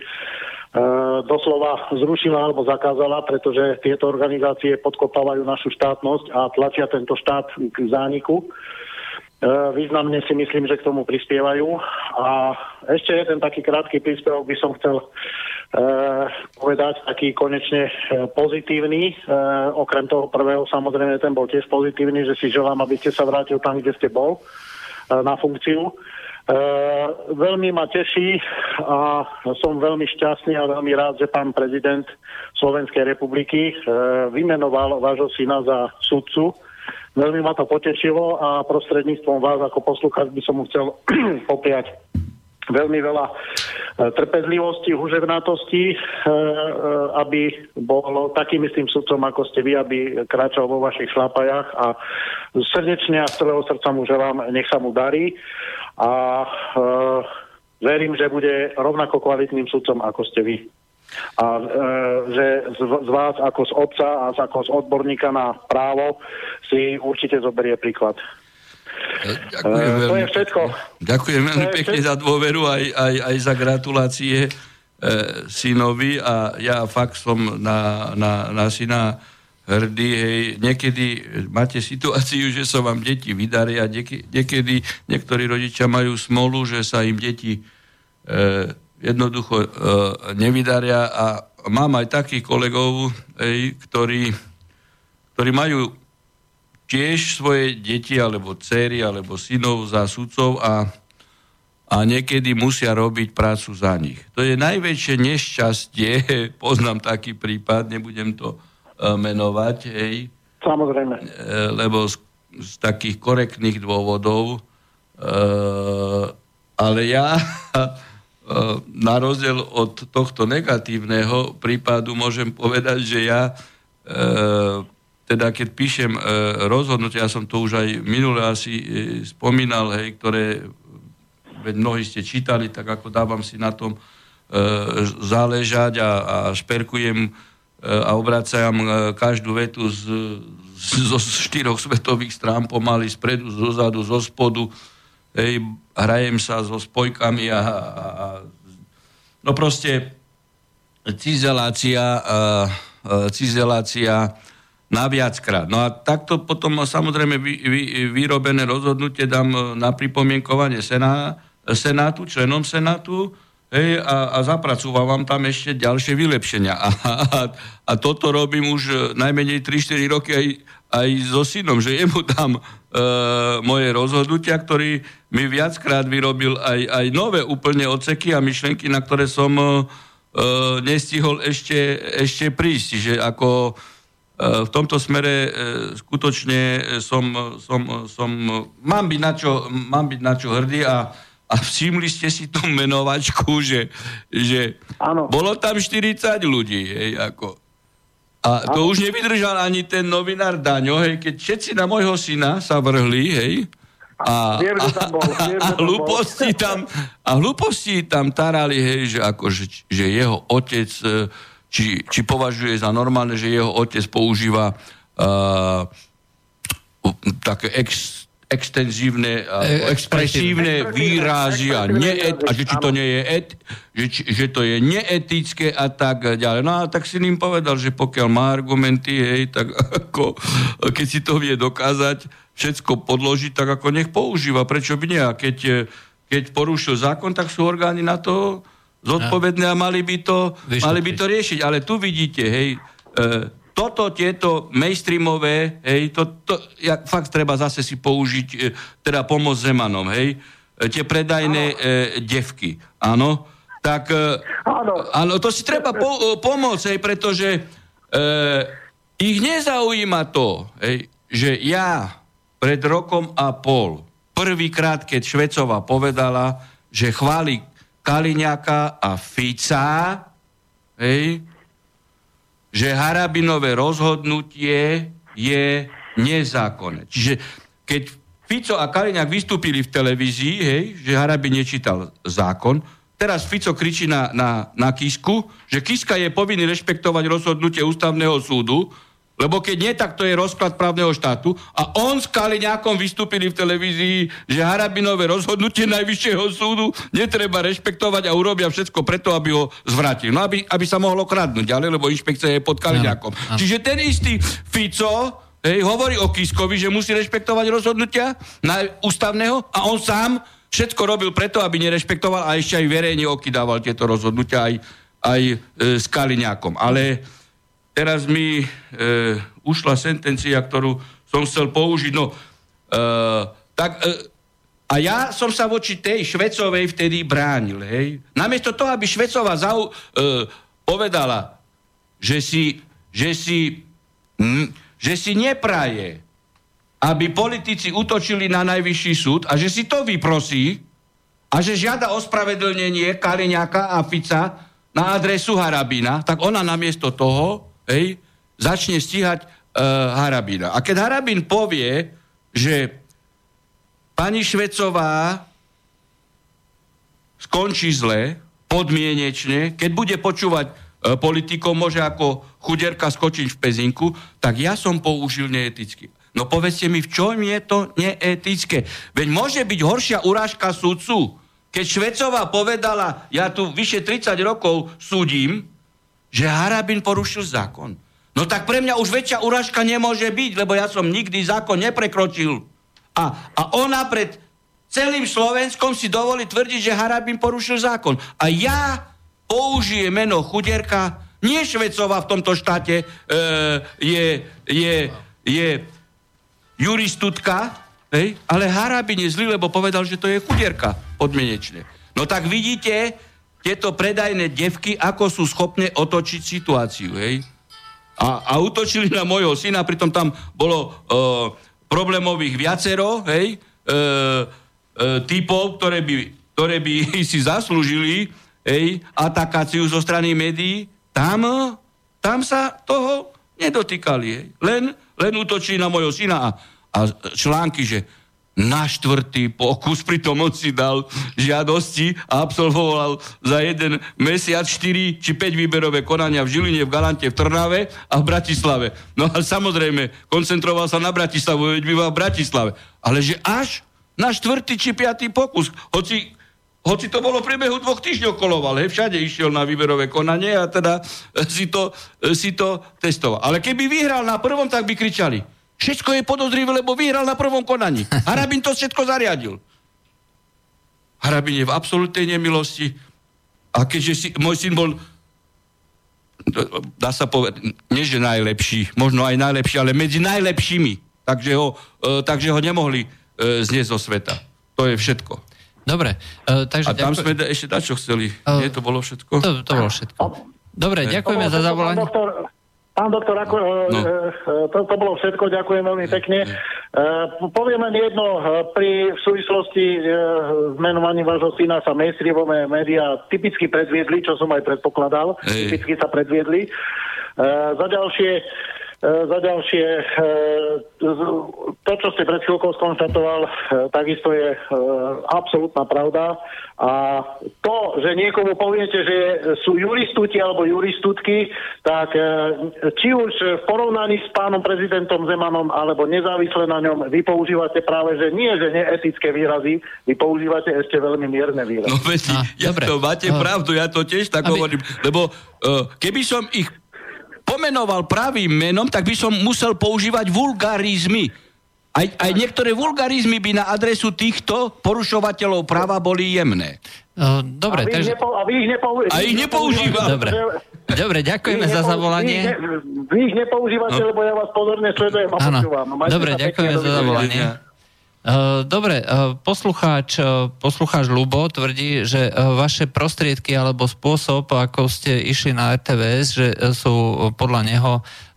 doslova zrušila alebo zakázala, pretože tieto organizácie podkopávajú našu štátnosť a tlačia tento štát k zániku. Významne si myslím, že k tomu prispievajú. A ešte jeden taký krátky príspevok by som chcel povedať, taký konečne pozitívny. Okrem toho prvého, samozrejme, ten bol tiež pozitívny, že si želám, aby ste sa vrátil tam, kde ste bol na funkciu. Veľmi ma teší a som veľmi šťastný a veľmi rád, že pán prezident Slovenskej republiky vymenoval vášho syna za sudcu. Veľmi ma to potešilo a prostredníctvom vás ako poslucháč by som mu chcel popriať veľmi veľa trpezlivosti, huževnatosti, aby bol takým istým sudcom, ako ste vy, aby kráčal vo vašich šlapajach a srdečne a z celého srdca mu želám, nech sa mu darí a verím, že bude rovnako kvalitným sudcom, ako ste vy. A že z vás ako z otca a ako z odborníka na právo si určite zoberie príklad. Ďakujem to je všetko. Ďakujem veľmi pekne za dôveru aj za gratulácie synovi a ja fakt som na syna hrdý. Hej. Niekedy máte situáciu, že sa vám deti vydaria, niekedy niektorí rodičia majú smolu, že sa im deti jednoducho nevydaria a mám aj takých kolegov, ktorí majú tiež svoje deti alebo dcery alebo synov za sudcov a niekedy musia robiť prácu za nich. To je najväčšie nešťastie, poznám taký prípad, nebudem to menovať, hej. Samozrejme. Lebo z takých korektných dôvodov, ale ja na rozdiel od tohto negatívneho prípadu môžem povedať, že ja teda keď píšem rozhodnutie, ja som to už aj minule asi spomínal, hej, ktoré veď mnohí ste čítali, tak ako dávam si na tom záležať a šperkujem a obracam každú vetu zo 4 svetových strán pomaly, spredu, zozadu, zo spodu. Hej, hrajem sa so spojkami a no proste cizelácia na viackrát. No a takto potom samozrejme vyrobené rozhodnutie dám na pripomienkovanie Senátu, členom Senátu, hej, a zapracúvam tam ešte ďalšie vylepšenia. A toto robím už najmenej 3-4 roky aj so synom, že jemu dám moje rozhodnutia, ktorý mi viackrát vyrobil aj nové úplne odseky a myšlenky, na ktoré som nestihol ešte prísť. Že ako v tomto smere skutočne mám byť na čo hrdý a všimli ste si tú menovačku, že bolo tam 40 ľudí, hej, ako. A to už nevydržal ani ten novinár Daňo, hej, keď všetci na môjho syna sa vrhli, hej, a hlúposti tam tarali, hej, že akože, že jeho otec, či považuje za normálne, že jeho otec používa také extenzívne, expresívne výrazy a že či to nie je že to je neetické a tak ďalej. No a tak si ním povedal, že pokiaľ má argumenty, hej, tak ako, keď si to vie dokázať, všetko podložiť, tak ako nech používa. Prečo by nie? A keď porušil zákon, tak sú orgány na to zodpovedné a mali by to riešiť. Ale tu vidíte, hej, tieto mainstreamové, hej, fakt treba zase si použiť, teda pomôcť Zemanom, hej, tie predajné devky, áno, tak áno, to si treba pomôcť, hej, pretože ich nezaujíma to, hej, že ja pred rokom a pol, prvýkrát, keď Švecová povedala, že chváli Kaliňáka a Fica, hej, že Harabinové rozhodnutie je nezákonné. Čiže keď Fico a Kaliňák vystúpili v televízii, že Harabin nečítal zákon, teraz Fico kričí na Kisku, že Kiska je povinný rešpektovať rozhodnutie ústavného súdu, lebo keď nie, tak to je rozklad právneho štátu. A on s Kaliňákom vystúpili v televízii, že Harabinové rozhodnutie Najvyššieho súdu netreba rešpektovať a urobia všetko preto, aby ho zvratili. No aby sa mohlo kradnúť ďalej, lebo inšpekcia je pod Kaliňákom. Čiže ten istý Fico hovorí o Kiskovi, že musí rešpektovať rozhodnutia ústavného a on sám všetko robil preto, aby nerešpektoval a ešte aj verejne okydával tieto rozhodnutia aj s Kaliňákom. Ale teraz mi ušla sentencia, ktorú som chcel použiť. A ja som sa voči tej Švecovej vtedy bránil. Hej. Namiesto toho, aby Švecová povedala, že si nepraje, aby politici útočili na Najvyšší súd a že si to vyprosí a že žiada ospravedlnenie Kaliňáka a Fica na adresu Harabina, tak ona namiesto toho začne stíhať Harabina. A keď Harabin povie, že pani Švecová skončí zle, podmienečne, keď bude počúvať politikov, môže ako chuderka skočiť v pezinku, tak ja som použil neeticky. No povedzte mi, v čom je to neetické? Veď môže byť horšia urážka sudcu. Keď Švecová povedala, ja tu vyše 30 rokov súdim, že Harabin porušil zákon. No tak pre mňa už väčšia urážka nemôže byť, lebo ja som nikdy zákon neprekročil. A ona pred celým Slovenskom si dovolí tvrdiť, že Harabin porušil zákon. A ja použijem meno chuderka, nie Švecová v tomto štáte je juristutka, ale Harabin je zlý, lebo povedal, že to je chuderka podmienečne. No tak vidíte, tieto predajné devky, ako sú schopné otočiť situáciu, A útočili na môjho syna, pritom tam bolo problémových viacero, typov, ktoré by si zaslúžili atakáciu zo strany médií. Tam sa toho nedotýkali. Len útočili na môjho syna a články, že na 4. pokus, pritom on si dal žiadosti a absolvoval za 1 mesiac 4 či 5 výberové konania v Žiline, v Galante, v Trnave a v Bratislave. No a samozrejme, koncentroval sa na Bratislavu, veď býva v Bratislave. Ale že až na 4. či 5. pokus, hoci to bolo v priebehu 2 týždňov koloval, všade išiel na výberové konanie a teda si to testoval. Ale keby vyhral na prvom, tak by kričali: všetko je podozrivé, lebo vyhral na prvom konaní. Harabin to všetko zariadil. Harabin je v absolútnej nemilosti. A keďže môj syn bol, dá sa povedať, nie že najlepší, možno aj najlepší, ale medzi najlepšími. Takže ho nemohli zniesť zo sveta. To je všetko. Dobre. Takže a tam sme ešte dať, čo chceli. Nie, to bolo všetko? To bolo všetko. Dobre, ďakujeme za zavolanie. Pán doktor, to bolo všetko, ďakujem veľmi pekne. Poviem len jedno, v súvislosti s menovaním vášho syna sa mainstreamové médiá typicky predviedli, čo som aj predpokladal, typicky sa predviedli. Za ďalšie, to, čo ste pred chvíľkou skonštatoval, takisto je absolútna pravda. A to, že niekomu poviete, že sú juristuti alebo juristutky, tak či už v porovnaní s pánom prezidentom Zemanom alebo nezávisle na ňom, vy používate práve, že nie, že neetické výrazy, vy používate ešte veľmi mierne výrazy. No máte pravdu, ja to tiež tak hovorím, lebo keby som ich pomenoval pravým menom, tak by som musel používať vulgarizmy. Aj niektoré vulgarizmy by na adresu týchto porušovateľov práva boli jemné. Dobre, a ich nepoužívam. Dobre, ďakujeme za zavolanie. Vy ich nepoužívate, lebo ja vás pozorne sledujem a počúvam. Dobre, ďakujeme za zavolanie. Dobre, poslucháč Ľubo tvrdí, že vaše prostriedky alebo spôsob, ako ste išli na RTVS, že sú podľa neho,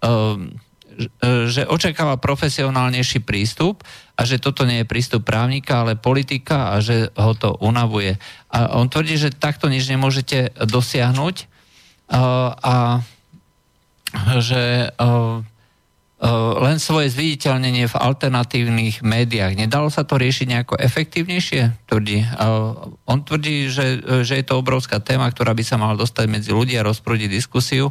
že očakáva profesionálnejší prístup a že toto nie je prístup právnika, ale politika a že ho to unavuje. A on tvrdí, že takto nič nemôžete dosiahnuť a že len svoje zviditeľnenie v alternatívnych médiách. Nedalo sa to riešiť nejako efektívnejšie? Tvrdí. On tvrdí, že je to obrovská téma, ktorá by sa mala dostať medzi ľudí a rozprúdiť diskusiu.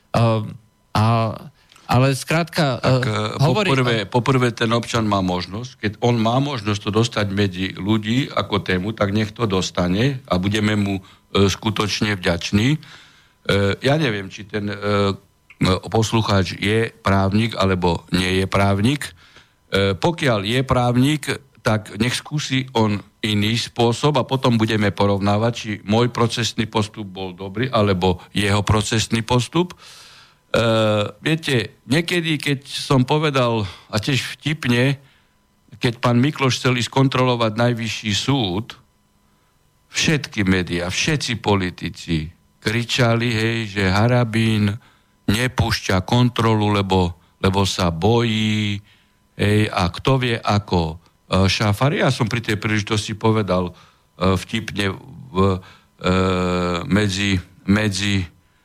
Ale skrátka hovorí... Poprvé ten občan má možnosť, keď on má možnosť to dostať medzi ľudí ako tému, tak nech to dostane a budeme mu skutočne vďační. Ja neviem, či ten poslucháč je právnik alebo nie je právnik. Pokiaľ je právnik, tak nech skúsi on iný spôsob a potom budeme porovnávať, či môj procesný postup bol dobrý alebo jeho procesný postup. Viete, niekedy, keď som povedal, a tiež vtipne, keď pán Mikloš chcel ísť kontrolovať najvyšší súd, všetky médiá, všetci politici kričali, hej, že Harabín nepúšťa kontrolu, lebo sa bojí, hej, a kto vie ako Šáfari. Ja som pri tej príležitosti povedal vtipne medzi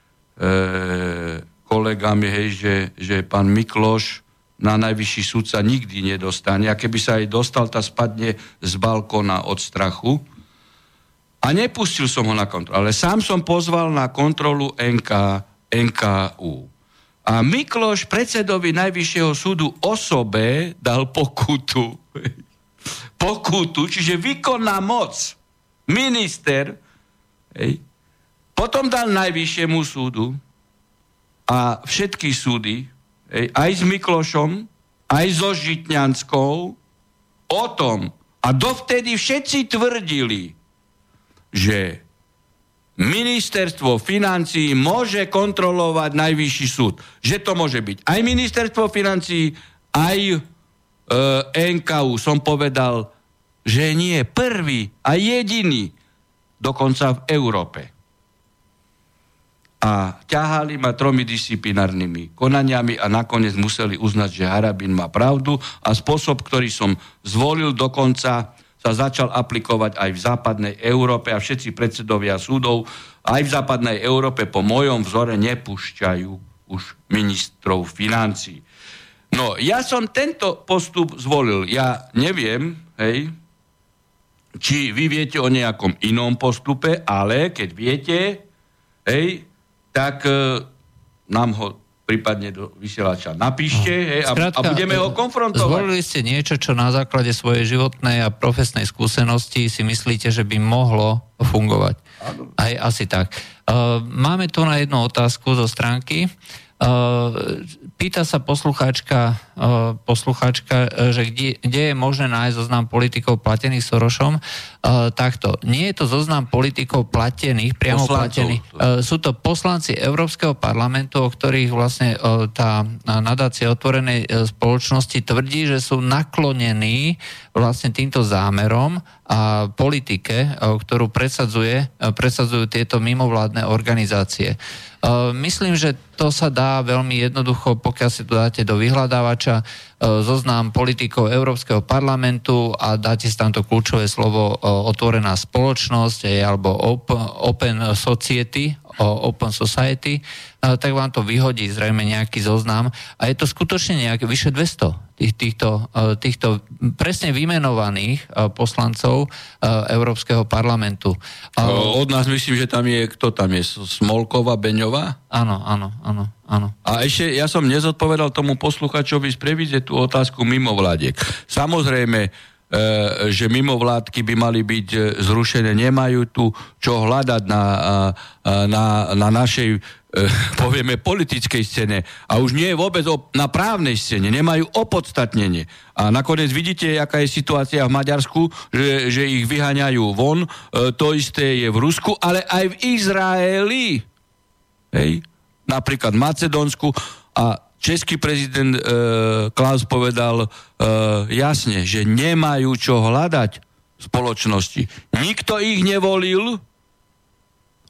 kolegami, hej, že pán Mikloš na najvyšší súd sa nikdy nedostane a keby sa aj dostal, tá spadne z balkóna od strachu. A nepustil som ho na kontrolu, ale sám som pozval na kontrolu NKÚ. A Mikloš predsedovi Najvyššieho súdu osobe dal pokutu. Pokutu, čiže výkonná moc. Minister. Hej. Potom dal Najvyššiemu súdu a všetky súdy, aj s Miklošom, aj so Žitňanskou, o tom. A dovtedy všetci tvrdili, že ministerstvo financií môže kontrolovať Najvyšší súd. Že to môže byť aj ministerstvo financií, aj NKÚ. Som povedal, že nie prvý a jediný, dokonca v Európe. A ťahali ma 3 disciplinárnymi konaniami a nakoniec museli uznať, že Harabín má pravdu a spôsob, ktorý som zvolil, dokonca sa začal aplikovať aj v západnej Európe a všetci predsedovia súdov aj v západnej Európe po mojom vzore nepúšťajú už ministrov financií. No, ja som tento postup zvolil. Ja neviem, hej, či vy viete o nejakom inom postupe, ale keď viete, hej, tak nám ho prípadne do vysielača napíšte, hej, a budeme ho konfrontovať. Zvolili ste niečo, čo na základe svojej životnej a profesnej skúsenosti si myslíte, že by mohlo fungovať. Aj asi tak. Máme tu na jednu otázku zo stránky. Pýta sa poslucháčka, že kde je možné nájsť zoznam politikov platených Sorošom. Takto, nie je to zoznam politikov platených, priamo platených. Sú to poslanci Európskeho parlamentu, o ktorých vlastne tá nadácia otvorenej spoločnosti tvrdí, že sú naklonení vlastne týmto zámerom a politike, ktorú presadzujú tieto mimovládne organizácie. Myslím, že to sa dá veľmi jednoducho, pokiaľ si to dáte do vyhľadávača, zoznam politikov Európskeho parlamentu a dáte si tam to kľúčové slovo otvorená spoločnosť alebo open society, open society, tak vám to vyhodí zrejme nejaký zoznam a je to skutočne nejaké vyše 200 týchto presne vymenovaných poslancov Európskeho parlamentu. Od nás myslím, že tam je, kto tam je? Smolková, Beňová? Áno. A ešte ja som nezodpovedal tomu posluchačovi z Previdze tú otázku mimovládiek. Samozrejme, že mimovládky by mali byť zrušené, nemajú tu čo hľadať na našej povieme politickej scéne a už nie je vôbec na právnej scéne, nemajú opodstatnenie. A nakoniec vidíte, aká je situácia v Maďarsku, že ich vyháňajú von, to isté je v Rusku, ale aj v Izraeli. Hej? Napríklad v Macedónsku a český prezident Klaus povedal jasne, že nemajú čo hľadať v spoločnosti. Nikto ich nevolil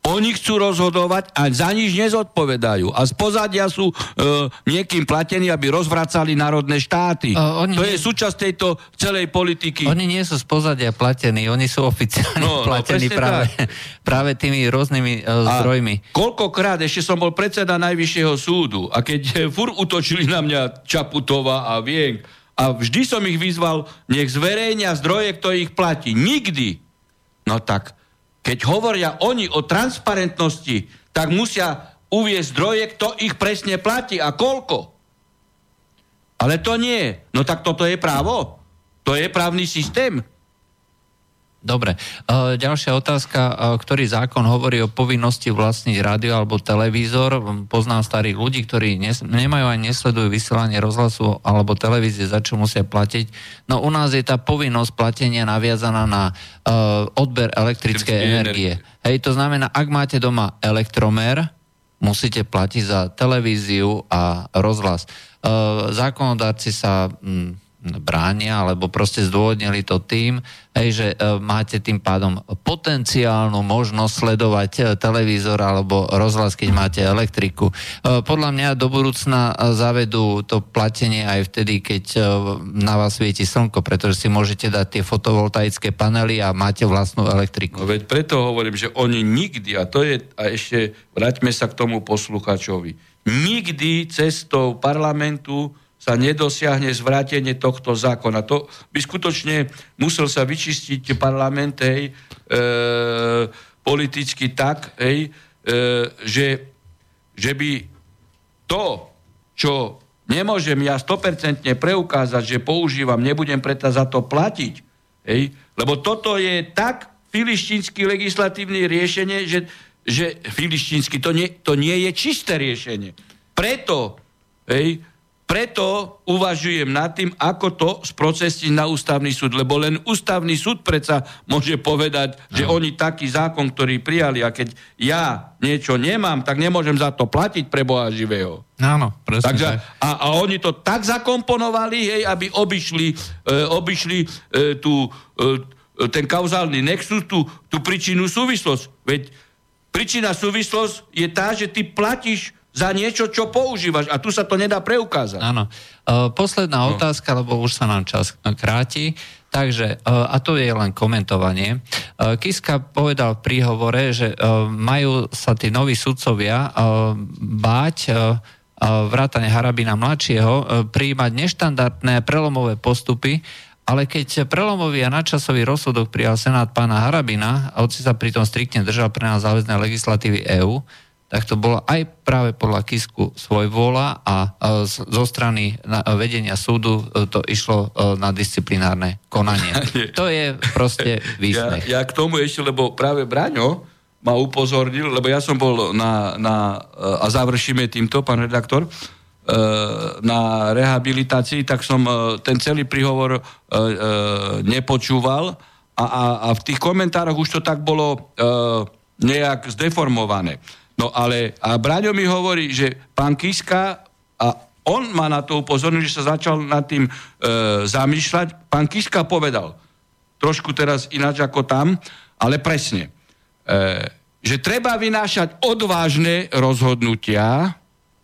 Oni chcú rozhodovať a za nič nezodpovedajú. A z pozadia sú niekým platení, aby rozvracali národné štáty. To je súčasť tejto celej politiky. Oni nie sú z pozadia platení, oni sú oficiálne platení práve tými rôznymi zdrojmi. Koľkokrát, ešte som bol predseda Najvyššieho súdu a keď furt útočili na mňa Čaputová a Vienk, a vždy som ich vyzval, nech zverejnia zdroje, kto ich platí. Nikdy. No tak, keď hovoria oni o transparentnosti, tak musia uviesť zdroje, kto ich presne platí a koľko. Ale to nie. No tak toto je právo? To je právny systém? Dobre. Ďalšia otázka. Ktorý zákon hovorí o povinnosti vlastniť rádio alebo televízor? Poznám starých ľudí, ktorí nemajú ani nesledujú vysielanie rozhlasu alebo televízie, za čo musia platiť. No u nás je tá povinnosť platenia naviazaná na odber elektrickej energie. Hej, to znamená, ak máte doma elektromer, musíte platiť za televíziu a rozhlas. Zákonodárci sa bránia, alebo proste zdôvodnili to tým, že máte tým pádom potenciálnu možnosť sledovať televízor alebo rozhlas, keď máte elektriku. Podľa mňa do budúcna zavedú to platenie aj vtedy, keď na vás svieti slnko, pretože si môžete dať tie fotovoltaické panely a máte vlastnú elektriku. No veď preto hovorím, že oni nikdy, a ešte vráťme sa k tomu posluchačovi, nikdy cestou parlamentu sa nedosiahne zvrátenie tohto zákona. To by skutočne musel sa vyčistiť parlament politicky tak, že by to, čo nemôžem ja 100% preukázať, že používam, nebudem preto za to platiť, lebo toto je tak filištínske legislatívne riešenie, že filištínsky, to nie je čisté riešenie. Preto uvažujem nad tým, ako to sprocesiť na ústavný súd, lebo len ústavný súd predsa môže povedať, že oni taký zákon, ktorý prijali, a keď ja niečo nemám, tak nemôžem za to platiť pre Boha živého. Áno, presne. Takže, a oni to tak zakomponovali, aby obišli ten kauzálny nexus, tú príčinu súvislosť. Veď príčina súvislosť je tá, že ty platíš za niečo, čo používaš. A tu sa to nedá preukázať. Áno. Posledná otázka, lebo už sa nám čas kráti. Takže, a to je len komentovanie. Kiska povedal v príhovore, že majú sa tí noví sudcovia báť vrátane Harabina mladšieho prijímať neštandardné prelomové postupy, ale keď prelomový a nadčasový rozsudok prijal Senát pána Harabina, a hoci sa pritom striktne držal pre nás záväzné legislatívy EÚ, tak to bolo aj práve podľa Kisku svojvôľa a zo strany vedenia súdu to išlo na disciplinárne konanie. To je proste výsmech. Ja k tomu ešte, lebo práve Braňo ma upozornil, lebo ja som bol a završíme týmto, pán redaktor, na rehabilitácii, tak som ten celý príhovor nepočúval a v tých komentároch už to tak bolo nejak zdeformované. No ale a Braňo mi hovorí, že pán Kiska, a on ma na to upozornil, že sa začal nad tým zamýšľať. Pán Kiska povedal, trošku teraz ináč ako tam, ale presne, že treba vynášať odvážne rozhodnutia,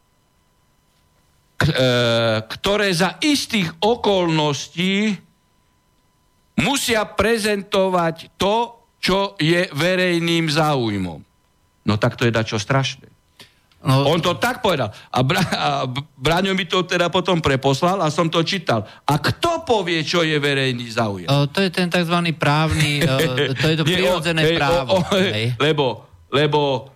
ktoré za istých okolností musia prezentovať to, čo je verejným záujmom. No tak to je dačo strašné. No, on to tak povedal. A Braňo mi to teda potom preposlal a som to čítal. A kto povie, čo je verejný záujem? To je ten tzv. Právny, to je to prirodzené právo. Lebo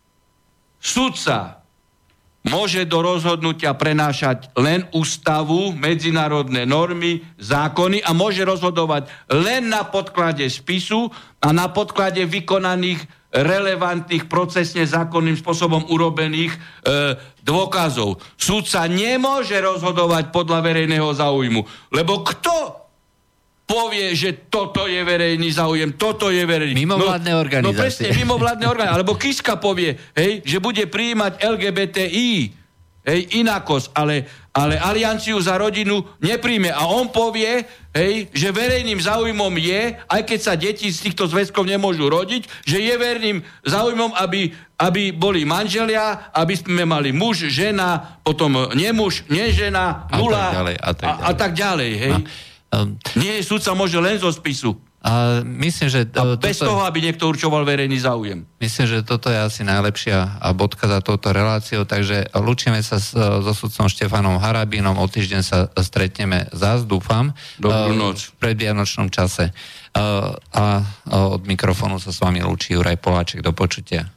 sudca môže do rozhodnutia prenášať len ústavu, medzinárodné normy, zákony a môže rozhodovať len na podklade spisu a na podklade vykonaných relevantných, procesne zákonným spôsobom urobených dôkazov. Sudca nemôže rozhodovať podľa verejného záujmu, lebo kto povie, že toto je verejný záujem, toto je verejný... Mimovládne organizácie. No presne, mimovládne organizácie. Alebo Kiska povie, že bude prijímať LGBTI, inakosť, ale Alianciu za rodinu nepríjme. A on povie, že verejným záujmom je, aj keď sa deti z týchto zväzkov nemôžu rodiť, že je verejným záujmom, aby boli manželia, aby sme mali muž, žena, potom nemuž, nežena, nula a tak ďalej. Hej. Nie, súdca môže len zo spisu. A myslím, že bez toho, aby niekto určoval verejný záujem. Myslím, že toto je asi najlepšia bodka za touto reláciou, takže lúčime sa so sudcom Štefanom Harabínom, o týždeň sa stretneme zás, dúfam. Dobrú noc. V predvianočnom čase. A od mikrofónu sa s vami lúči Juraj Poláček. Do počutia.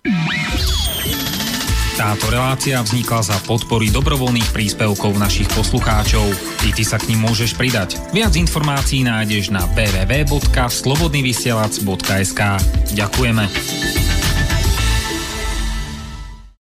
Táto relácia vznikla za podpory dobrovoľných príspevkov našich poslucháčov. I ty sa k nim môžeš pridať. Viac informácií nájdeš na www.slobodnyvysielac.sk. Ďakujeme.